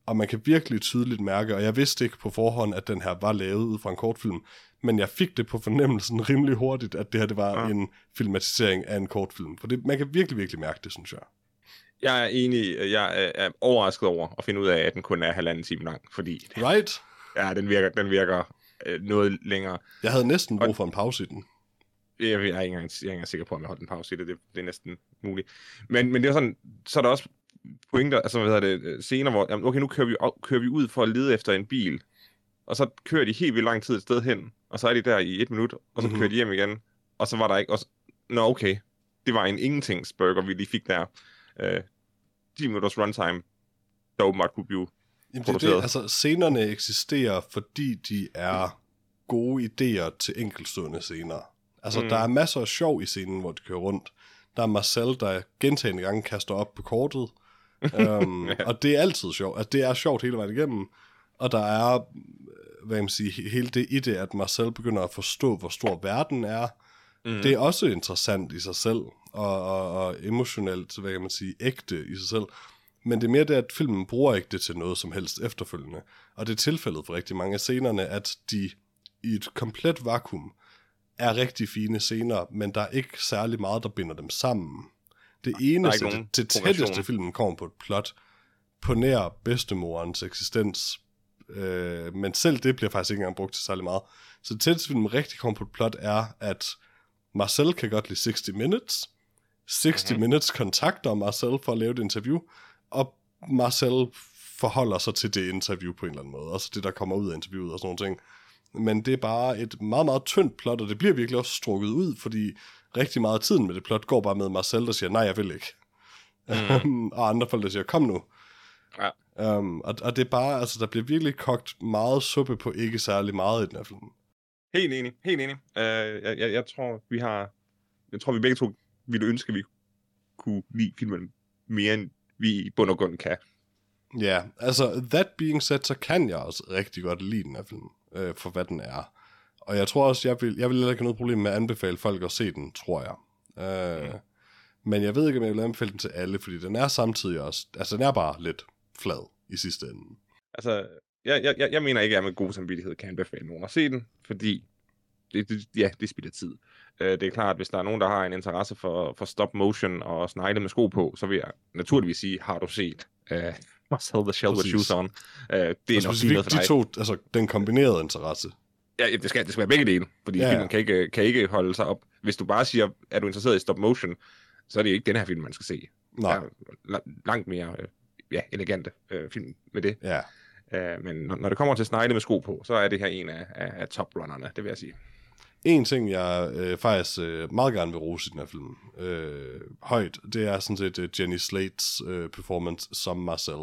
og man kan virkelig tydeligt mærke, og jeg vidste ikke på forhånd, at den her var lavet ud fra en kortfilm, men jeg fik det på fornemmelsen rimelig hurtigt, at det her det var ja. en filmatisering af en kortfilm. For det, man kan virkelig, virkelig mærke det, synes jeg. Jeg er enig, jeg er overrasket over at finde ud af, at den kun er halvanden time lang, fordi... Right? Ja, den virker, den virker øh, noget længere. Jeg havde næsten brug for en pause i den. Jeg, jeg, er ikke engang, jeg er ikke engang sikker på, om jeg holdt en pause i det. Det, det er næsten muligt. Men, men det er sådan, så er der også pointer, altså hvad hedder det, scener, hvor, jamen, okay, nu kører vi, kører vi ud for at lede efter en bil, og så kører de helt vildt lang tid et sted hen, og så er de der i et minut, og så mm-hmm. kører de hjem igen, og så var der ikke, og så, nå okay, det var en ingentingsburger, vi lige fik der. Øh, ti minutters runtime, der åbenbart kunne blive Jamen, det, det, altså, scenerne eksisterer, fordi de er gode idéer til enkeltstående scener. Altså, mm. der er masser af sjov i scenen, hvor de kører rundt. Der er Marcel, der gentagne gange kaster op på kortet. um, ja. Og det er altid sjovt. Altså, det er sjovt hele vejen igennem. Og der er, hvad man sige, hele det i det, at Marcel begynder at forstå, hvor stor verden er. Mm. Det er også interessant i sig selv, og, og, og emotionelt, hvad kan man sige, ægte i sig selv. Men det er mere det, at filmen bruger ikke det til noget som helst efterfølgende. Og det er tilfældet for rigtig mange af scenerne, at de i et komplet vakuum er rigtig fine scener, men der er ikke særlig meget, der binder dem sammen. Det eneste, det, det tætteste filmen kommer på et plot, på nær bedstemorens eksistens, øh, men selv det bliver faktisk ikke engang brugt til særlig meget. Så det tætteste filmen rigtig kommer på et plot er, at Marcel kan godt lide sixty minutes, sixty mm-hmm. minutes kontakter Marcel for at lave et interview, og Marcel forholder sig til det interview på en eller anden måde, også det, der kommer ud af interviewet og sådan nogle ting. Men det er bare et meget, meget tyndt plot, og det bliver virkelig også strukket ud, fordi rigtig meget af tiden med det plot går bare med Marcel, der siger, nej, jeg vil ikke. Mm. og andre folk, der siger, kom nu. Ja. Um, og, og det er bare, altså, der bliver virkelig kogt meget suppe på ikke særlig meget i den her film. Helt enig, helt enig. Uh, jeg, jeg, jeg tror, vi har, jeg tror, vi begge to ville ønske, at vi kunne lide filmen mere, end vi i bund og grund kan. Ja, yeah, altså, that being said, så kan jeg også rigtig godt lide den her film, øh, for hvad den er. Og jeg tror også, jeg vil, jeg vil ikke have noget problem med at anbefale folk at se den, tror jeg. Øh, mm. Men jeg ved ikke, om jeg vil anbefale den til alle, fordi den er samtidig også, altså den er bare lidt flad i sidste ende. Altså, jeg, jeg, jeg mener ikke, at jeg med god samvittighed kan anbefale nogen at se den, fordi det, det, ja, det spilder tid. Uh, det er klart, at hvis der er nogen, der har en interesse for, for stop motion og snegle med sko på, så vil jeg naturligvis sige, har du set uh, Marcel the Shell with Shoes On? Uh, det er altså, nok noget for dig. De to, altså den kombinerede interesse. Ja, det skal, det skal være begge dele, fordi ja, filmen kan ikke, kan ikke holde sig op. Hvis du bare siger, er du interesseret i stop motion, så er det ikke den her film, man skal se. Nej. Der er langt mere uh, ja, elegante uh, film med det. Ja. Uh, men når, når det kommer til snegle med sko på, så er det her en af, af, af toprunnerne, det vil jeg sige. En ting, jeg øh, faktisk øh, meget gerne vil rose i den her film øh, højt, det er sådan set uh, Jenny Slates øh, performance som Marcel.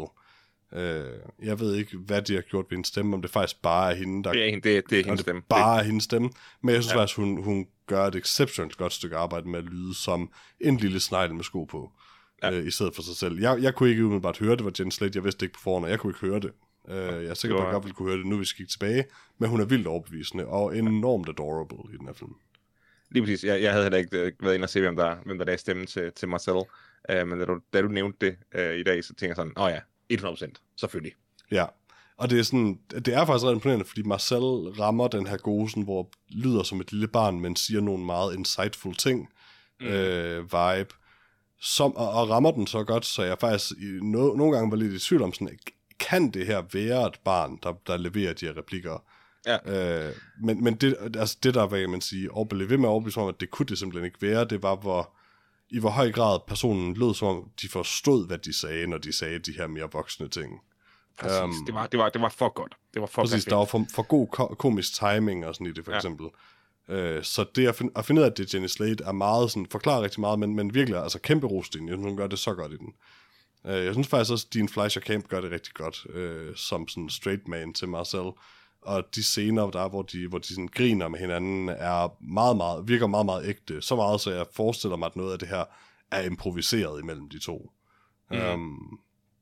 Øh, jeg ved ikke, hvad de har gjort ved hendes stemme, om det faktisk bare er hende, der... Det er, hende, det, det er hendes stemme. bare er hendes stemme. Men jeg synes ja. faktisk, hun, hun gør et exceptionelt godt stykke arbejde med at lyde som en lille snegl med sko på, ja. øh, i stedet for sig selv. Jeg, jeg kunne ikke umiddelbart høre, det var Jenny Slate, jeg vidste ikke på forhånd, og jeg kunne ikke høre det. Uh, jeg er sikker på, at jeg godt ville kunne høre det, nu vi skal kigge tilbage. Men hun er vildt overbevisende, og enormt adorable i den her film. Lige præcis. Jeg, jeg havde heller ikke uh, været inde og se, hvem der, hvem der lagde stemme til, til Marcel. Uh, men da du, da du nævnte det uh, i dag, så tænker jeg sådan, åh oh ja, hundrede procent, selvfølgelig. Ja, og det er sådan, det er faktisk ret imponerende, fordi Marcel rammer den her gode, sådan, hvor lyder som et lille barn, men siger nogle meget insightful ting, mm. uh, vibe, som, og, og rammer den så godt, så jeg faktisk i no, nogle gange var lidt i tvivl om sådan, kan det her være et barn, der, der leverer de her replikker? Ja. Øh, men men det, altså det der, hvad kan man sige, og blev ved med at overbevise om, at det kunne det simpelthen ikke være, det var, hvor i hvor høj grad personen lød som om, de forstod, hvad de sagde, når de sagde de her mere voksne ting. Præcis, um, det, var, det, var, det var for godt. Det var for præcis, der var for, for god ko- komisk timing og sådan i det, for ja. eksempel. Uh, så det at, find, at finde ud af, at det er Jenny Slate, er meget sådan, forklarer rigtig meget, men, men virkelig, altså kæmpe rostin, jeg synes, hun gør det så godt i den. Uh, jeg synes faktisk også, at Dean Fleischer Camp gør det rigtig godt, uh, som sådan straight man til Marcel. Og de scener, der er, hvor de, hvor de sådan griner med hinanden, er meget, meget, virker meget, meget ægte. Så meget, så jeg forestiller mig, at noget af det her er improviseret imellem de to. Mm. Um,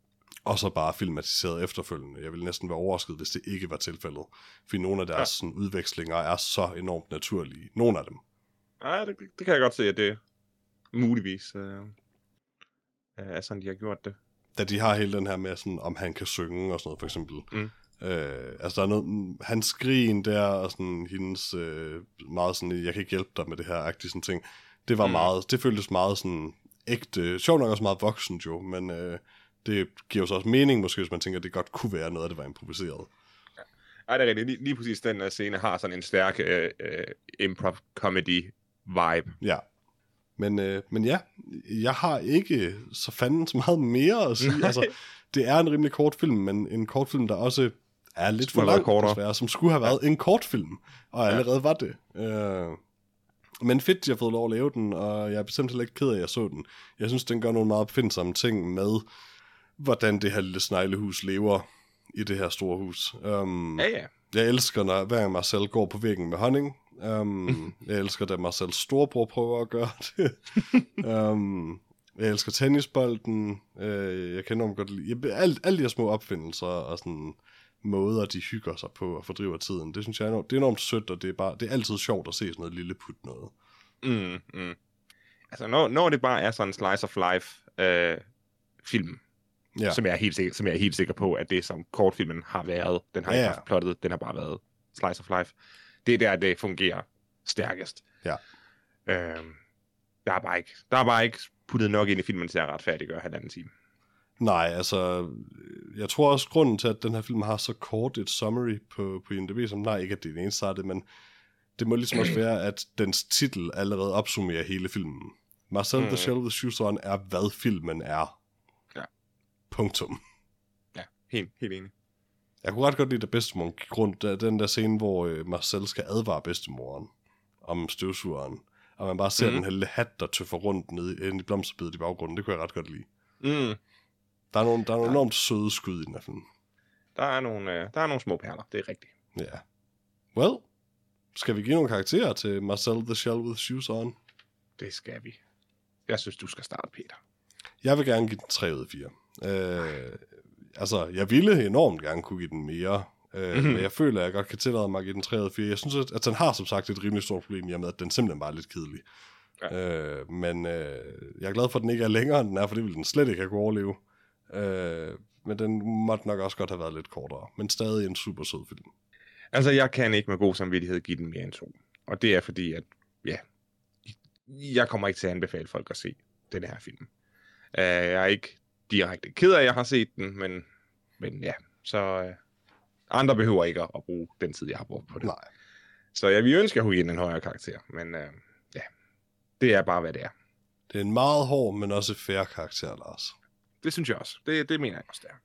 og så bare filmatiseret efterfølgende. Jeg ville næsten være overrasket, hvis det ikke var tilfældet. Fordi nogle af deres ja. sådan, udvekslinger er så enormt naturlige. Nogle af dem. Ja, det, det kan jeg godt se, at det muligvis øh, er sådan, de har gjort det. da de har hele den her med, sådan, om han kan synge og sådan noget, for eksempel. Mm. Øh, altså, der er noget, hans skrin der, og sådan, hendes øh, meget sådan, jeg kan ikke hjælpe dig med det her, agtige sådan ting. Det var mm. meget, det føltes meget sådan ægte, sjovt nok også meget voksen jo, men øh, det giver jo så også mening, måske, hvis man tænker, at det godt kunne være noget, det var improviseret. Ja. Ej, det er rigtigt. Lige, lige præcis den her scene har sådan en stærk øh, øh, improv-comedy-vibe. Ja. Men, øh, men ja, jeg har ikke så fanden så meget mere at sige. Altså, det er en rimelig kort film, men en kort film, der også er lidt for lang, desværre, som skulle have været ja. en kort film, og allerede ja. var det. Øh, men fedt, jeg har fået lov at lave den, og jeg er bestemt heller ikke ked af, at jeg så den. Jeg synes, den gør nogle meget opfindsomme ting med, hvordan det her lille sneglehus lever i det her store hus. Um, ja, ja. Jeg elsker, når hver gang Marcel går på væggen med honning. Um, jeg elsker, da Marcels storebror prøver at gøre det. um, jeg elsker tennisbolden. Uh, jeg kan enormt godt lide alle, alle de her små opfindelser og sådan måder, de hygger sig på og fordriver tiden. Det synes jeg er enormt, det er enormt sødt, og det er, bare, det er altid sjovt at se sådan noget lille put noget. Mm, mm. Altså, når, når det bare er sådan en slice of life øh, film, ja. som, jeg er helt sikker, som jeg er helt sikker på, at det som kortfilmen har været, den har ja, ikke haft plottet, den har bare været slice of life. Det er der, det fungerer stærkest. Ja. Øh, der, er bare ikke, der er bare ikke puttet nok ind i filmen til at retfærdiggøre halvanden time. Nej, altså, jeg tror også, grunden til, at den her film har så kort et summary på, på I M D B, som nej, ikke at det er det eneste af det, men det må ligesom også være, at dens titel allerede opsummerer hele filmen. Marcel mm. the Shell with Shoes On er, hvad filmen er. Ja. Punktum. Ja, helt, helt enig. Jeg kunne ret godt lide, at bedstemoren gik rundt, der, den der scene, hvor Marcel skal advare bedstemoren om støvsugeren, og man bare ser mm. den hele hat, der tøffer rundt nede i blomsterbedet i baggrunden. Det kunne jeg ret godt lide. Mm. Der er nogle, der er nogle enormt søde skud i den her film. Der er nogle, øh, der er nogle små perler, det er rigtigt. Ja. Well, skal vi give nogle karakterer til Marcel the Shell with Shoes On? Det skal vi. Jeg synes, du skal starte, Peter. Jeg vil gerne give den tre ud af fire. Øh, altså, jeg ville enormt gerne kunne give den mere, øh, mm-hmm. men jeg føler, at jeg godt kan tillade mig at give den tre ud af fire. Jeg synes, at, at den har som sagt et rimelig stort problem i og med, at den simpelthen bare er lidt kedelig. Ja. Øh, men øh, jeg er glad for, at den ikke er længere, end den er, for det ville den slet ikke have kunne overleve. Øh, men den måtte nok også godt have været lidt kortere, men stadig en super sød film. Altså, jeg kan ikke med god samvittighed give den mere end to. Og det er fordi, at ja, jeg kommer ikke til at anbefale folk at se den her film. Uh, jeg er ikke direkte ked af, at jeg har set den, men, men ja, så uh, andre behøver ikke at bruge den tid, jeg har brugt på det. Nej. Så jeg vil ønske, at jeg kunne give den en højere karakter, men uh, ja, det er bare, hvad det er. Det er en meget hård, men også fair karakter, Lars. Det synes jeg også. Det, det mener jeg også, der.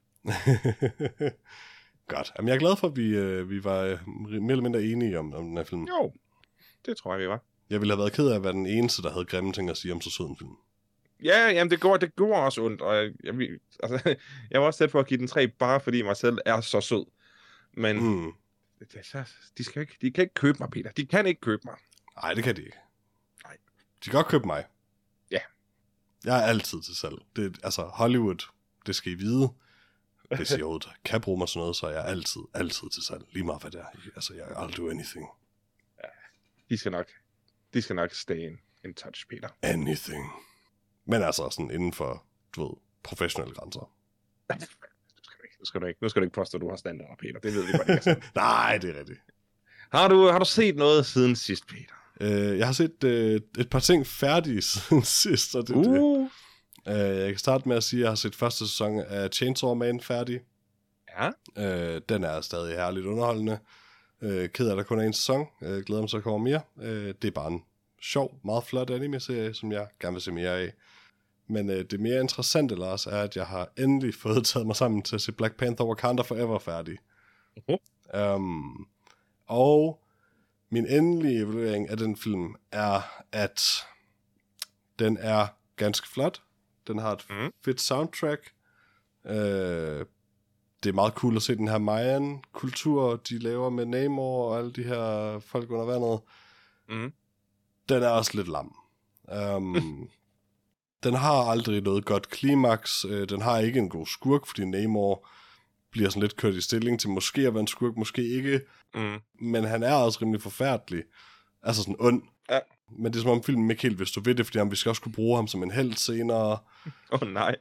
Godt. Jamen, jeg er glad for, at vi, øh, vi var øh, mere eller mindre enige om, om den her film. Jo, det tror jeg, vi var. Jeg ville have været ked af at være den eneste, der havde grimme ting at sige om så sød en film. Ja, jamen det går, det går også ondt, og jeg, jeg, altså, jeg var også tæt på at give den tre, bare fordi mig selv er så sød. Men mm. det, de, skal ikke, de kan ikke købe mig, Peter. De kan ikke købe mig. Nej, det kan de ikke. Nej. De kan godt købe mig. Ja. Jeg er altid til salg. Det, altså, Hollywood, det skal I vide. Hvis jeg overhovedet kan bruge mig sådan noget, så er jeg altid, altid til salg. Lige meget hvad det er. Altså, jeg I'll do anything. Ja, de skal nok, de skal nok stay in, in touch, Peter. Anything. Men altså sådan inden for, du ved, professionelle grænser. Nu skal du ikke, nu skal du ikke, nu skal du ikke påstå, at du har standarder, Peter. Det ved vi godt ikke. Nej, det er rigtigt. Har du, har du set noget siden sidst, Peter? Uh, jeg har set uh, et par ting færdige siden sidst, og det, uh. det. Uh, jeg kan starte med at sige, at jeg har set første sæson af Chainsaw Man færdig. Ja. Uh, den er stadig herligt underholdende. Uh, ked af, at der kun er en sæson. Uh, glæder mig så at komme mere. Uh, det er bare en sjov, meget flot anime-serie, som jeg gerne vil se mere af. Men uh, det mere interessante, Lars, er, at jeg har endelig fået taget mig sammen til at se Black Panther Wakanda Forever færdig. Uh-huh. Um, og min endelige evaluering af den film er, at den er ganske flot. Den har et mm. fedt soundtrack. Øh, det er meget cool at se den her Mayan-kultur, de laver med Namor og alle de her folk under vandet. Mm. Den er også lidt lam. Um, den har aldrig noget godt klimaks. Øh, den har ikke en god skurk, fordi Namor bliver sådan lidt kørt i stilling til måske at være en skurk, måske ikke. Mm. Men han er også rimelig forfærdelig. Altså sådan ond. Ja. Men det er som om filmen ikke helt vidste, du ved det, fordi han, vi skal også kunne bruge ham som en helt senere. Åh oh, nej.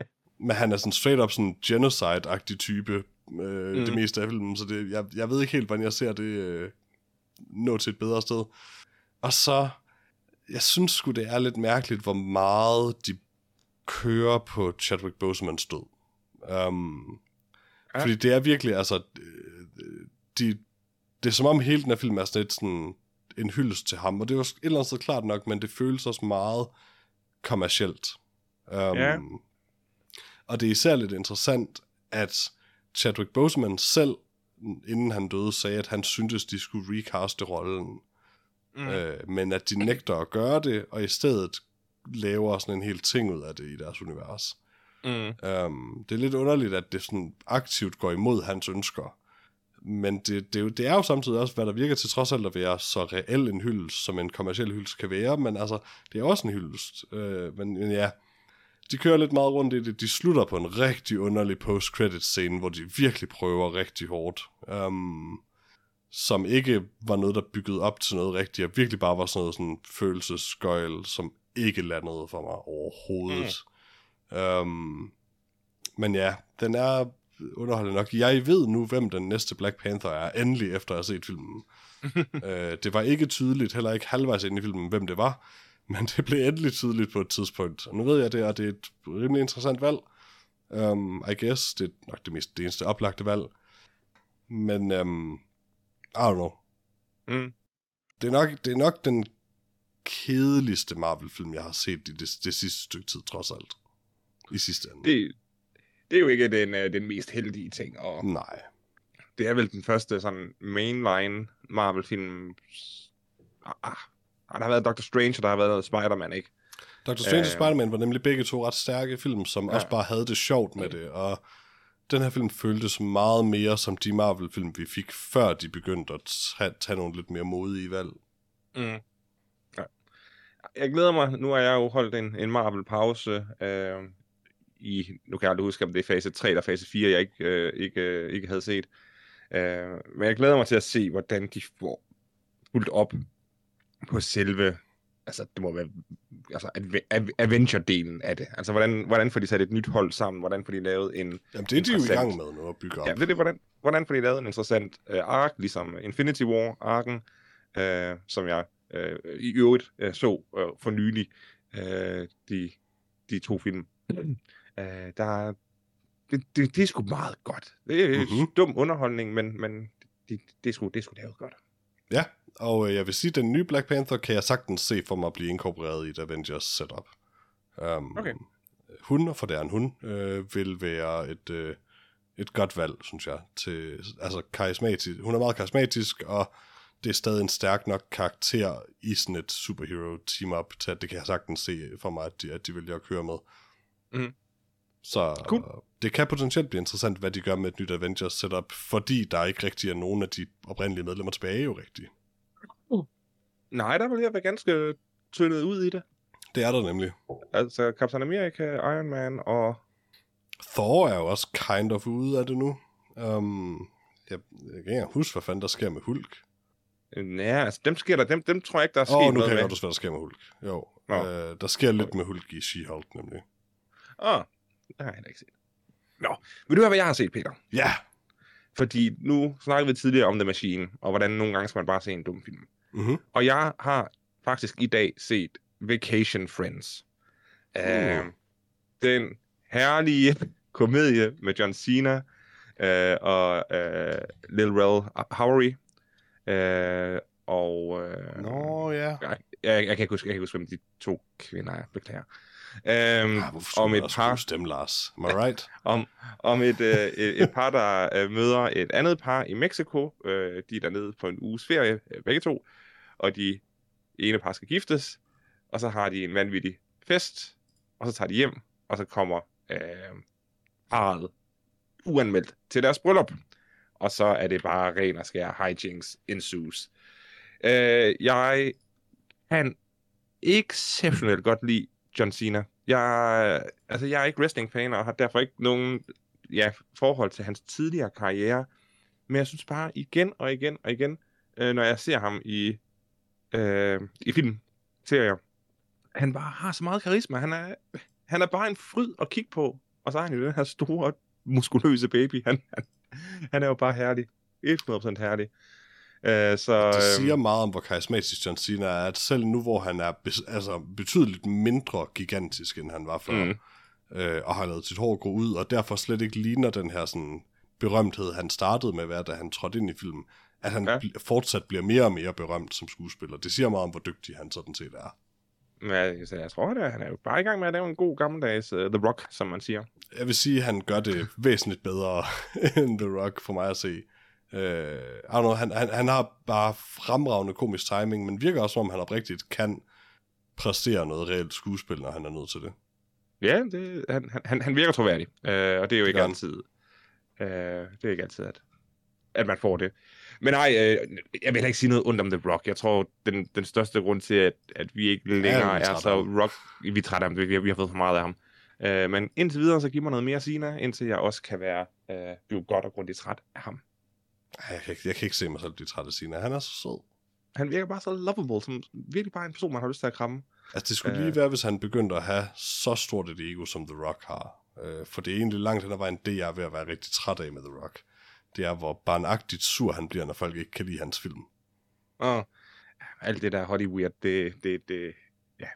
men han er sådan straight up sådan genocide-agtig type, øh, mm. det meste af filmen, så det, jeg, jeg ved ikke helt, hvordan jeg ser det øh, nå til et bedre sted. Og så, jeg synes sgu, det er lidt mærkeligt, hvor meget de kører på Chadwick Bosemans død. Um, ja. Fordi det er virkelig, altså, de, det er som om hele den her film er sådan, et, sådan en hyldest til ham, og det er jo et eller andet sted klart nok, men det føles også meget kommercielt. Um, ja. Og det er især lidt interessant, at Chadwick Boseman selv, inden han døde, sagde, at han syntes, de skulle recaste rollen. Mm. Øh, men at de nægter at gøre det, og i stedet laver sådan en hel ting ud af det i deres univers. Mm. Um, det er lidt underligt, at det sådan aktivt går imod hans ønsker. Men det, det, er jo, det er jo samtidig også, hvad der virker til trods alt at være så reel en hyldest, som en kommerciel hyldest kan være, men altså, det er også en hyldest. Uh, men, men ja, de kører lidt meget rundt i det. De slutter på en rigtig underlig post-credit-scene, hvor de virkelig prøver rigtig hårdt. Um, som ikke var noget, der byggede op til noget rigtigt, og virkelig bare var sådan noget sådan følelsesgøjl, som ikke landede for mig overhovedet. Mm. Um, men ja, den er underholdende nok. Jeg ved nu, hvem den næste Black Panther er, endelig efter at have set filmen. uh, det var ikke tydeligt, heller ikke halvvejs ind i filmen, hvem det var, men det blev endelig tydeligt på et tidspunkt. Og nu ved jeg det, og det er et rimelig interessant valg. Um, I guess, det er nok det, mest, det eneste oplagte valg. Men, um, I don't know. Mm. Det, er nok, det er nok den kedeligste Marvel-film, jeg har set i det, det sidste stykke tid, trods alt. I sidste ende. Det, det er jo ikke den, den mest heldige ting. Og nej. Det er vel den første sådan mainline Marvel-film. Ah, der har været Doctor Strange, og der har været Spider-Man, ikke? Doctor Strange uh, og Spider-Man var nemlig begge to ret stærke film, som ja. også bare havde det sjovt med det, og den her film føltes meget mere som de Marvel-film, vi fik, før de begyndte at tage, tage nogle lidt mere modige valg. Mm. Ja. Jeg glæder mig. Nu har jeg jo holdt en, en Marvel-pause øh, i, nu kan jeg aldrig huske, om det er fase tre eller fase fire, jeg ikke, øh, ikke, øh, ikke havde set. Øh, men jeg glæder mig til at se, hvordan de får fuldt op på selve, altså det må være altså Avenger-delen af det. Altså hvordan, hvordan får de sat et nyt hold sammen, hvordan får de lavet en Jamen det er de jo i gang med nu at bygge op. Ja, det er det, hvordan, hvordan får de lavet en interessant uh, ark, ligesom Infinity War-arken, uh, som jeg uh, i øvrigt uh, så uh, for nylig, uh, de, de to film. Uh, der det, det, det er sgu meget godt. Det er mm-hmm. dum underholdning, men, men det, det, er sgu, det er sgu lavet godt. Ja, og jeg vil sige, at den nye Black Panther kan jeg sagtens se for mig at blive inkorporeret i et Avengers setup. Um, okay. Hun, for det er en hun, øh, vil være et, øh, et godt valg, synes jeg. Til, altså karismatisk. Hun er meget karismatisk, og det er stadig en stærk nok karakter i sådan et superhero team-up, til at det kan jeg sagtens se for mig, at de, at de vælger at køre med. Mm. Så cool. Det kan potentielt blive interessant, hvad de gør med et nyt Avengers setup, fordi der ikke rigtig er nogen af de oprindelige medlemmer tilbage jo rigtigt. Uh. Nej, der vil jeg være ganske tyndet ud i det. Det er der nemlig. Altså Captain America, Iron Man og Thor er jo også kind of ude af det nu. Um, jeg, jeg kan ikke huske, hvad fanden der sker med Hulk. Ja, altså dem sker der, dem, dem tror jeg ikke, der er sket oh, noget med. Åh, nu kan jeg godt huske, hvad der sker med Hulk. Jo, oh. øh, der sker lidt okay. med Hulk i She-Hulk nemlig. Åh, oh, det har jeg ikke set. Nå, vil du høre, hvad jeg har set, Peter? Ja. Fordi nu snakkede vi tidligere om The Machine, og hvordan nogle gange skal man bare se en dum film. Mm-hmm. Og jeg har faktisk i dag set Vacation Friends. Uh. Uh, den herlige komedie med John Cena uh, og uh, Lil Rel Howery. Uh, og uh, Nå, ja. Jeg, jeg, jeg, kan ikke huske, jeg kan ikke huske, hvem de to kvinder er. Beklager. Um, ah, hvorfor om et par stemme, Lars? Am I right? om, om et, uh, et, et par, der uh, møder et andet par i Mexico. Uh, de er dernede på en uges ferie, uh, begge to. Og de ene par skal giftes. Og så har de en vanvittig fest. Og så tager de hjem. Og så kommer uh, parret uanmeldt til deres bryllup. Og så er det bare ren og skær hijinks ensues. Uh, jeg kan exceptionelt godt lide John Cena. Jeg, altså, jeg er ikke wrestling-fan, og har derfor ikke nogen ja, forhold til hans tidligere karriere. Men jeg synes bare igen og igen og igen, øh, når jeg ser ham i, øh, i film, serier, han bare har så meget karisma. Han er, han er bare en fryd at kigge på. og så har han jo den her store, muskuløse baby. Han, han, han er jo bare herlig. hundrede procent herlig. Uh, så, det siger øhm, meget om, hvor karismatisk John Cena er, at selv nu, hvor han er be- altså, betydeligt mindre gigantisk, end han var før, mm. øh, og har lavet sit hår gå ud, og derfor slet ikke ligner den her sådan, berømthed, han startede med at være, da han trådte ind i filmen, at han ja. bl- fortsat bliver mere og mere berømt som skuespiller. Det siger meget om, hvor dygtig han sådan set er. Ja, så jeg tror, at han er jo bare i gang med at lave en god gammeldags uh, The Rock, som man siger. Jeg vil sige, at han gør det væsentligt bedre end The Rock, for mig at se. Uh, know, han, han, han har bare fremragende komisk timing, men virker også, som om han oprigtigt kan præstere noget reelt skuespil, når han er nødt til det. Ja, det, han, han, han virker troværdig, uh, og det er jo ikke altid, uh, det er ikke altid, at, at man får det. Men nej, uh, jeg vil heller ikke sige noget ondt om The Rock. Jeg tror, den, den største grund til, at, at vi ikke længere ja, er så Rock, vi er trætte af ham, vi har, vi har fået for meget af ham. Uh, men indtil videre, så giv mig noget mere Cena, indtil jeg også kan være uh, blive godt og grundigt træt af ham. Jeg kan, ikke, jeg kan ikke se mig selv blive træt af Cena. Han er så sød. Han virker bare så lovable, som virkelig bare en person, man har lyst til at kramme. Altså, det skulle uh, lige være, hvis han begyndte at have så stort et ego, som The Rock har. Uh, for det er egentlig langt hen ad vejen, det jeg er ved at være rigtig træt af med The Rock. Det er, hvor barnagtigt sur han bliver, når folk ikke kan lide hans film. Og alt det der Hollywood, det, det, det, ja,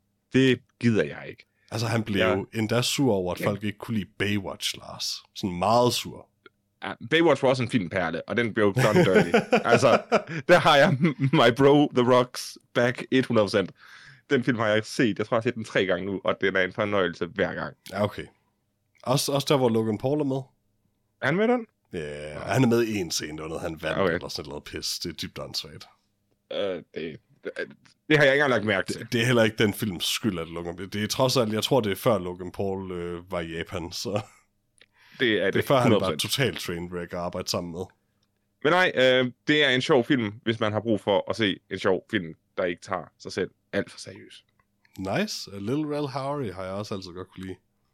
det gider jeg ikke. Altså, han blev ja. jo endda sur over, at ja. folk ikke kunne lide Baywatch, Lars. Sådan meget sur. Ja, Baywatch var også en filmperle, og den blev done dirty. Altså, der har jeg my bro, The Rock's back hundrede procent. Den film har jeg set. Jeg tror, jeg har set den tre gange nu, og den er en fornøjelse hver gang. Ja, okay. Også, også der, hvor Logan Paul er med? Er han med den? Ja, yeah, han er med i en scene, der han vandt, okay. eller sådan noget pis. Det er dybt åndssvagt. Uh, det, det, det har jeg ikke engang lagt mærke til. Det, det er heller ikke den films skyld, at Logan Paul... Det er trods alt, jeg tror, det er før Logan Paul øh, var i Japan, så... Det er det. Det er før, han var totalt trainwreck at arbejde sammen med. Men nej, øh, det er en sjov film, hvis man har brug for at se en sjov film, der ikke tager sig selv alt for seriøst. Nice. A Little Rel Howery har jeg også altid godt kunne lide.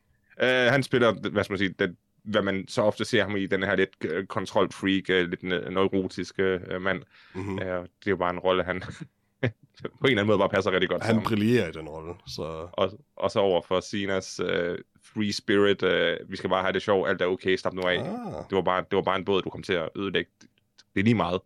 Uh, han spiller, hvad skal man sige, den, hvad man så ofte ser ham i, den her lidt uh, kontrolfreak, uh, lidt neurotiske uh, mand. Mm-hmm. Uh, det er jo bare en rolle, han på en eller anden måde bare passer rigtig godt Han brillerer i den rolle. Så... Og, og så over for Cenas uh, free spirit, uh, vi skal bare have det sjovt, alt er okay, slap nu af. Ah. Det, var bare, det var bare en båd, du kom til at ødelægge. Det er lige meget.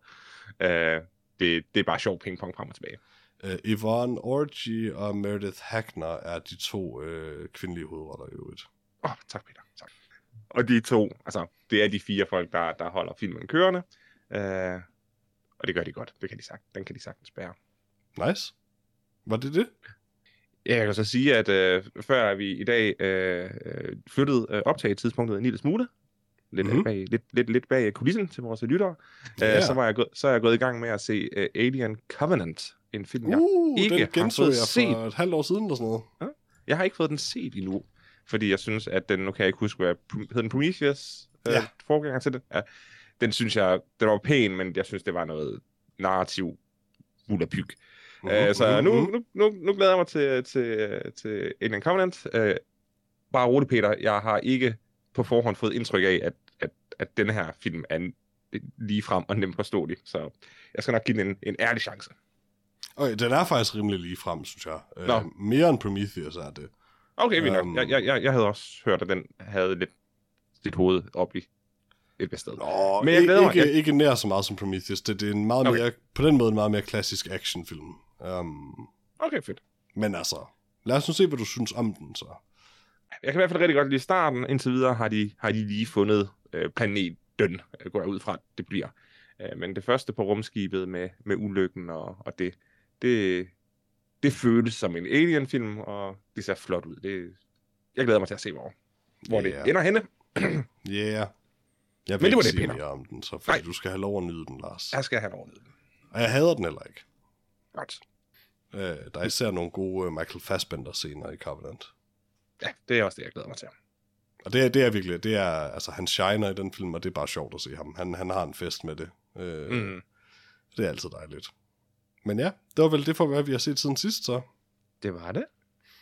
Uh, det, det er bare sjov pingpong frem og tilbage. Uh, Yvonne Orji og Meredith Hackner er de to uh, kvindelige hovedroller i øvrigt. Åh, oh, tak Peter, tak. Og de to, altså, det er de fire folk, der, der holder filmen kørende. Uh, og det gør de godt. Det kan de sagt. Den kan de sagtens bære. Nice. Var det det? Ja, jeg kan så sige, at øh, før er vi i dag øh, flyttet øh, optagetidspunktet en lille smule. Lidt, mm-hmm. bag, lidt, lidt, lidt bag kulissen til vores lyttere. Yeah. Uh, så, var jeg gå, så er jeg gået i gang med at se uh, Alien Covenant. En film, jeg uh, ikke den har fået jeg set. for et halvt år siden eller sådan noget. Ja? Jeg har ikke fået den set endnu. Fordi jeg synes, at den, nu kan jeg ikke huske, hvad hed den, Prometheus? Øh, ja. Forgænger til det. Ja. Den synes jeg, den var pæn, men jeg synes, det var noget narrativ fuld af pyg. Uh-huh, uh, så uh-huh. nu, nu, nu, nu glæder jeg mig til, til, til Alien Covenant. Uh, bare roligt, Peter. Jeg har ikke på forhånd fået indtryk af, at, at, at den her film er lige frem og nemt forståelig. Så jeg skal nok give den en, en ærlig chance. Okay, den er faktisk rimelig lige frem, synes jeg. Uh, mere end Prometheus er det. Okay, vi um, nok. Jeg, jeg, jeg havde også hørt, at den havde lidt sit hoved op i et sted. Nå, men jeg glæder mig. Ikke, jeg... ikke nær så meget som Prometheus. Det, det er en meget okay. mere, på den måde en meget mere klassisk actionfilm. Um, okay, fedt. Men altså, lad os nu se, hvad du synes om den så. Jeg kan i hvert fald rigtig godt lide starten. Indtil videre har de, har de lige fundet øh, planeten, går jeg ud fra, det bliver. Øh, men det første på rumskibet med, med ulykken og, og det, det, det føles som en Alien-film, og det ser flot ud. Det, jeg glæder mig til at se, hvor, hvor yeah. det ender henne. Ja. yeah. Jeg vil Men det var ikke det, sige mere om den, så fordi du skal have lov at nyde den, Lars. Jeg skal have lov at nyde den. Og jeg hader den heller ikke. Godt. Øh, der er især nogle gode uh, Michael Fassbender-scener i Covenant. Ja, det er også det, jeg glæder mig til. Og det er, det er virkelig, det er, altså han shiner i den film, og det er bare sjovt at se ham. Han, han har en fest med det. Øh, mm. Det er altid dejligt. Men ja, det var vel det for, hvad vi har set siden sidst, så. Det var det.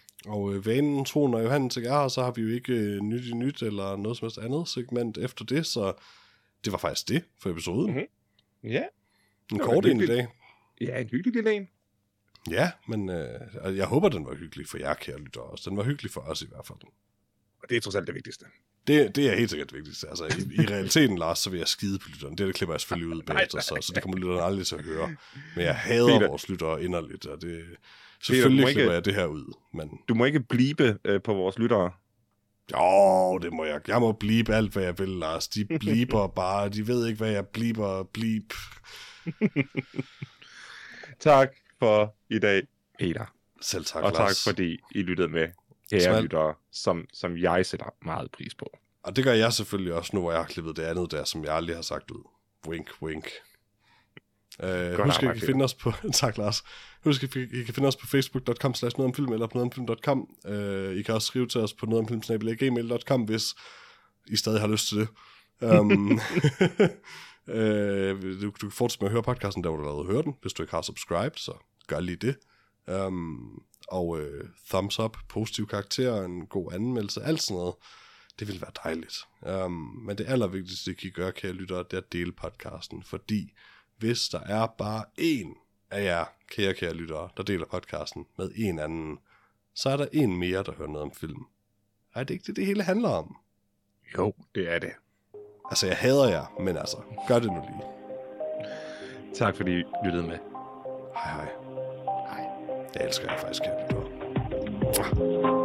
Og øh, vanen tro, når Johannes ikke er her, så har vi jo ikke øh, nyt i nyt, eller noget som helst andet segment efter det, så det var faktisk det for episoden. Mm-hmm. Ja. En kort en i dag. Ja, en hyggelig lille en. Ja, men øh, jeg håber, den var hyggelig for jer, kære lyttere også. Den var hyggelig for os i hvert fald. Og det er trods alt det vigtigste. Det, det er helt sikkert det vigtigste. Altså, i, i realiteten, Lars, så vil jeg skide på lytteren. Det, det klipper jeg selvfølgelig ud bagefter, så, så det kommer lytteren aldrig til at høre. Men jeg hader Peter. vores lyttere inderligt, og det, selvfølgelig Peter, klipper ikke, jeg det her ud. Men... Du må ikke blibe øh, på vores lyttere. Jo, det må jeg. Jeg må blibe alt, hvad jeg vil, Lars. De bliber bare. De ved ikke, hvad jeg bliber. Blib. Tak for i dag, Peter. Selv tak, og Lars. Og tak, fordi I lyttede med. Kære lyttere, som, som jeg sætter meget pris på. Og det gør jeg selvfølgelig også nu, hvor jeg har klippet det andet der, som jeg aldrig har sagt ud. Wink, wink. Uh, husk, at I kan finde os på... tak, Lars. Husk, at I kan finde os på facebook punktum com slash nogetomfilm eller på nogetomfilm punktum com. Uh, I kan også skrive til os på nogetomfilm snabel-a gmail punktum com, hvis I stadig har lyst til det. Um, uh, du, du kan fortsætte med at høre podcasten, der hvor du allerede hører den. Hvis du ikke har subscribed, så gør lige det. Um, og uh, thumbs up, positiv karakter, en god anmeldelse, alt sådan noget. Det ville være dejligt. Um, men det allervigtigste, I kan gøre, kære lyttere, det er at dele podcasten, fordi hvis der er bare én af jer, kære, kære lyttere, der deler podcasten med en anden, så er der en mere, der hører noget om film. Er det ikke det, det hele handler om? Jo, det er det. Altså, jeg hader jer, men altså, gør det nu lige. Tak fordi I lyttede med. Hej hej. Hej. Jeg elsker jer faktisk, kære lyttere.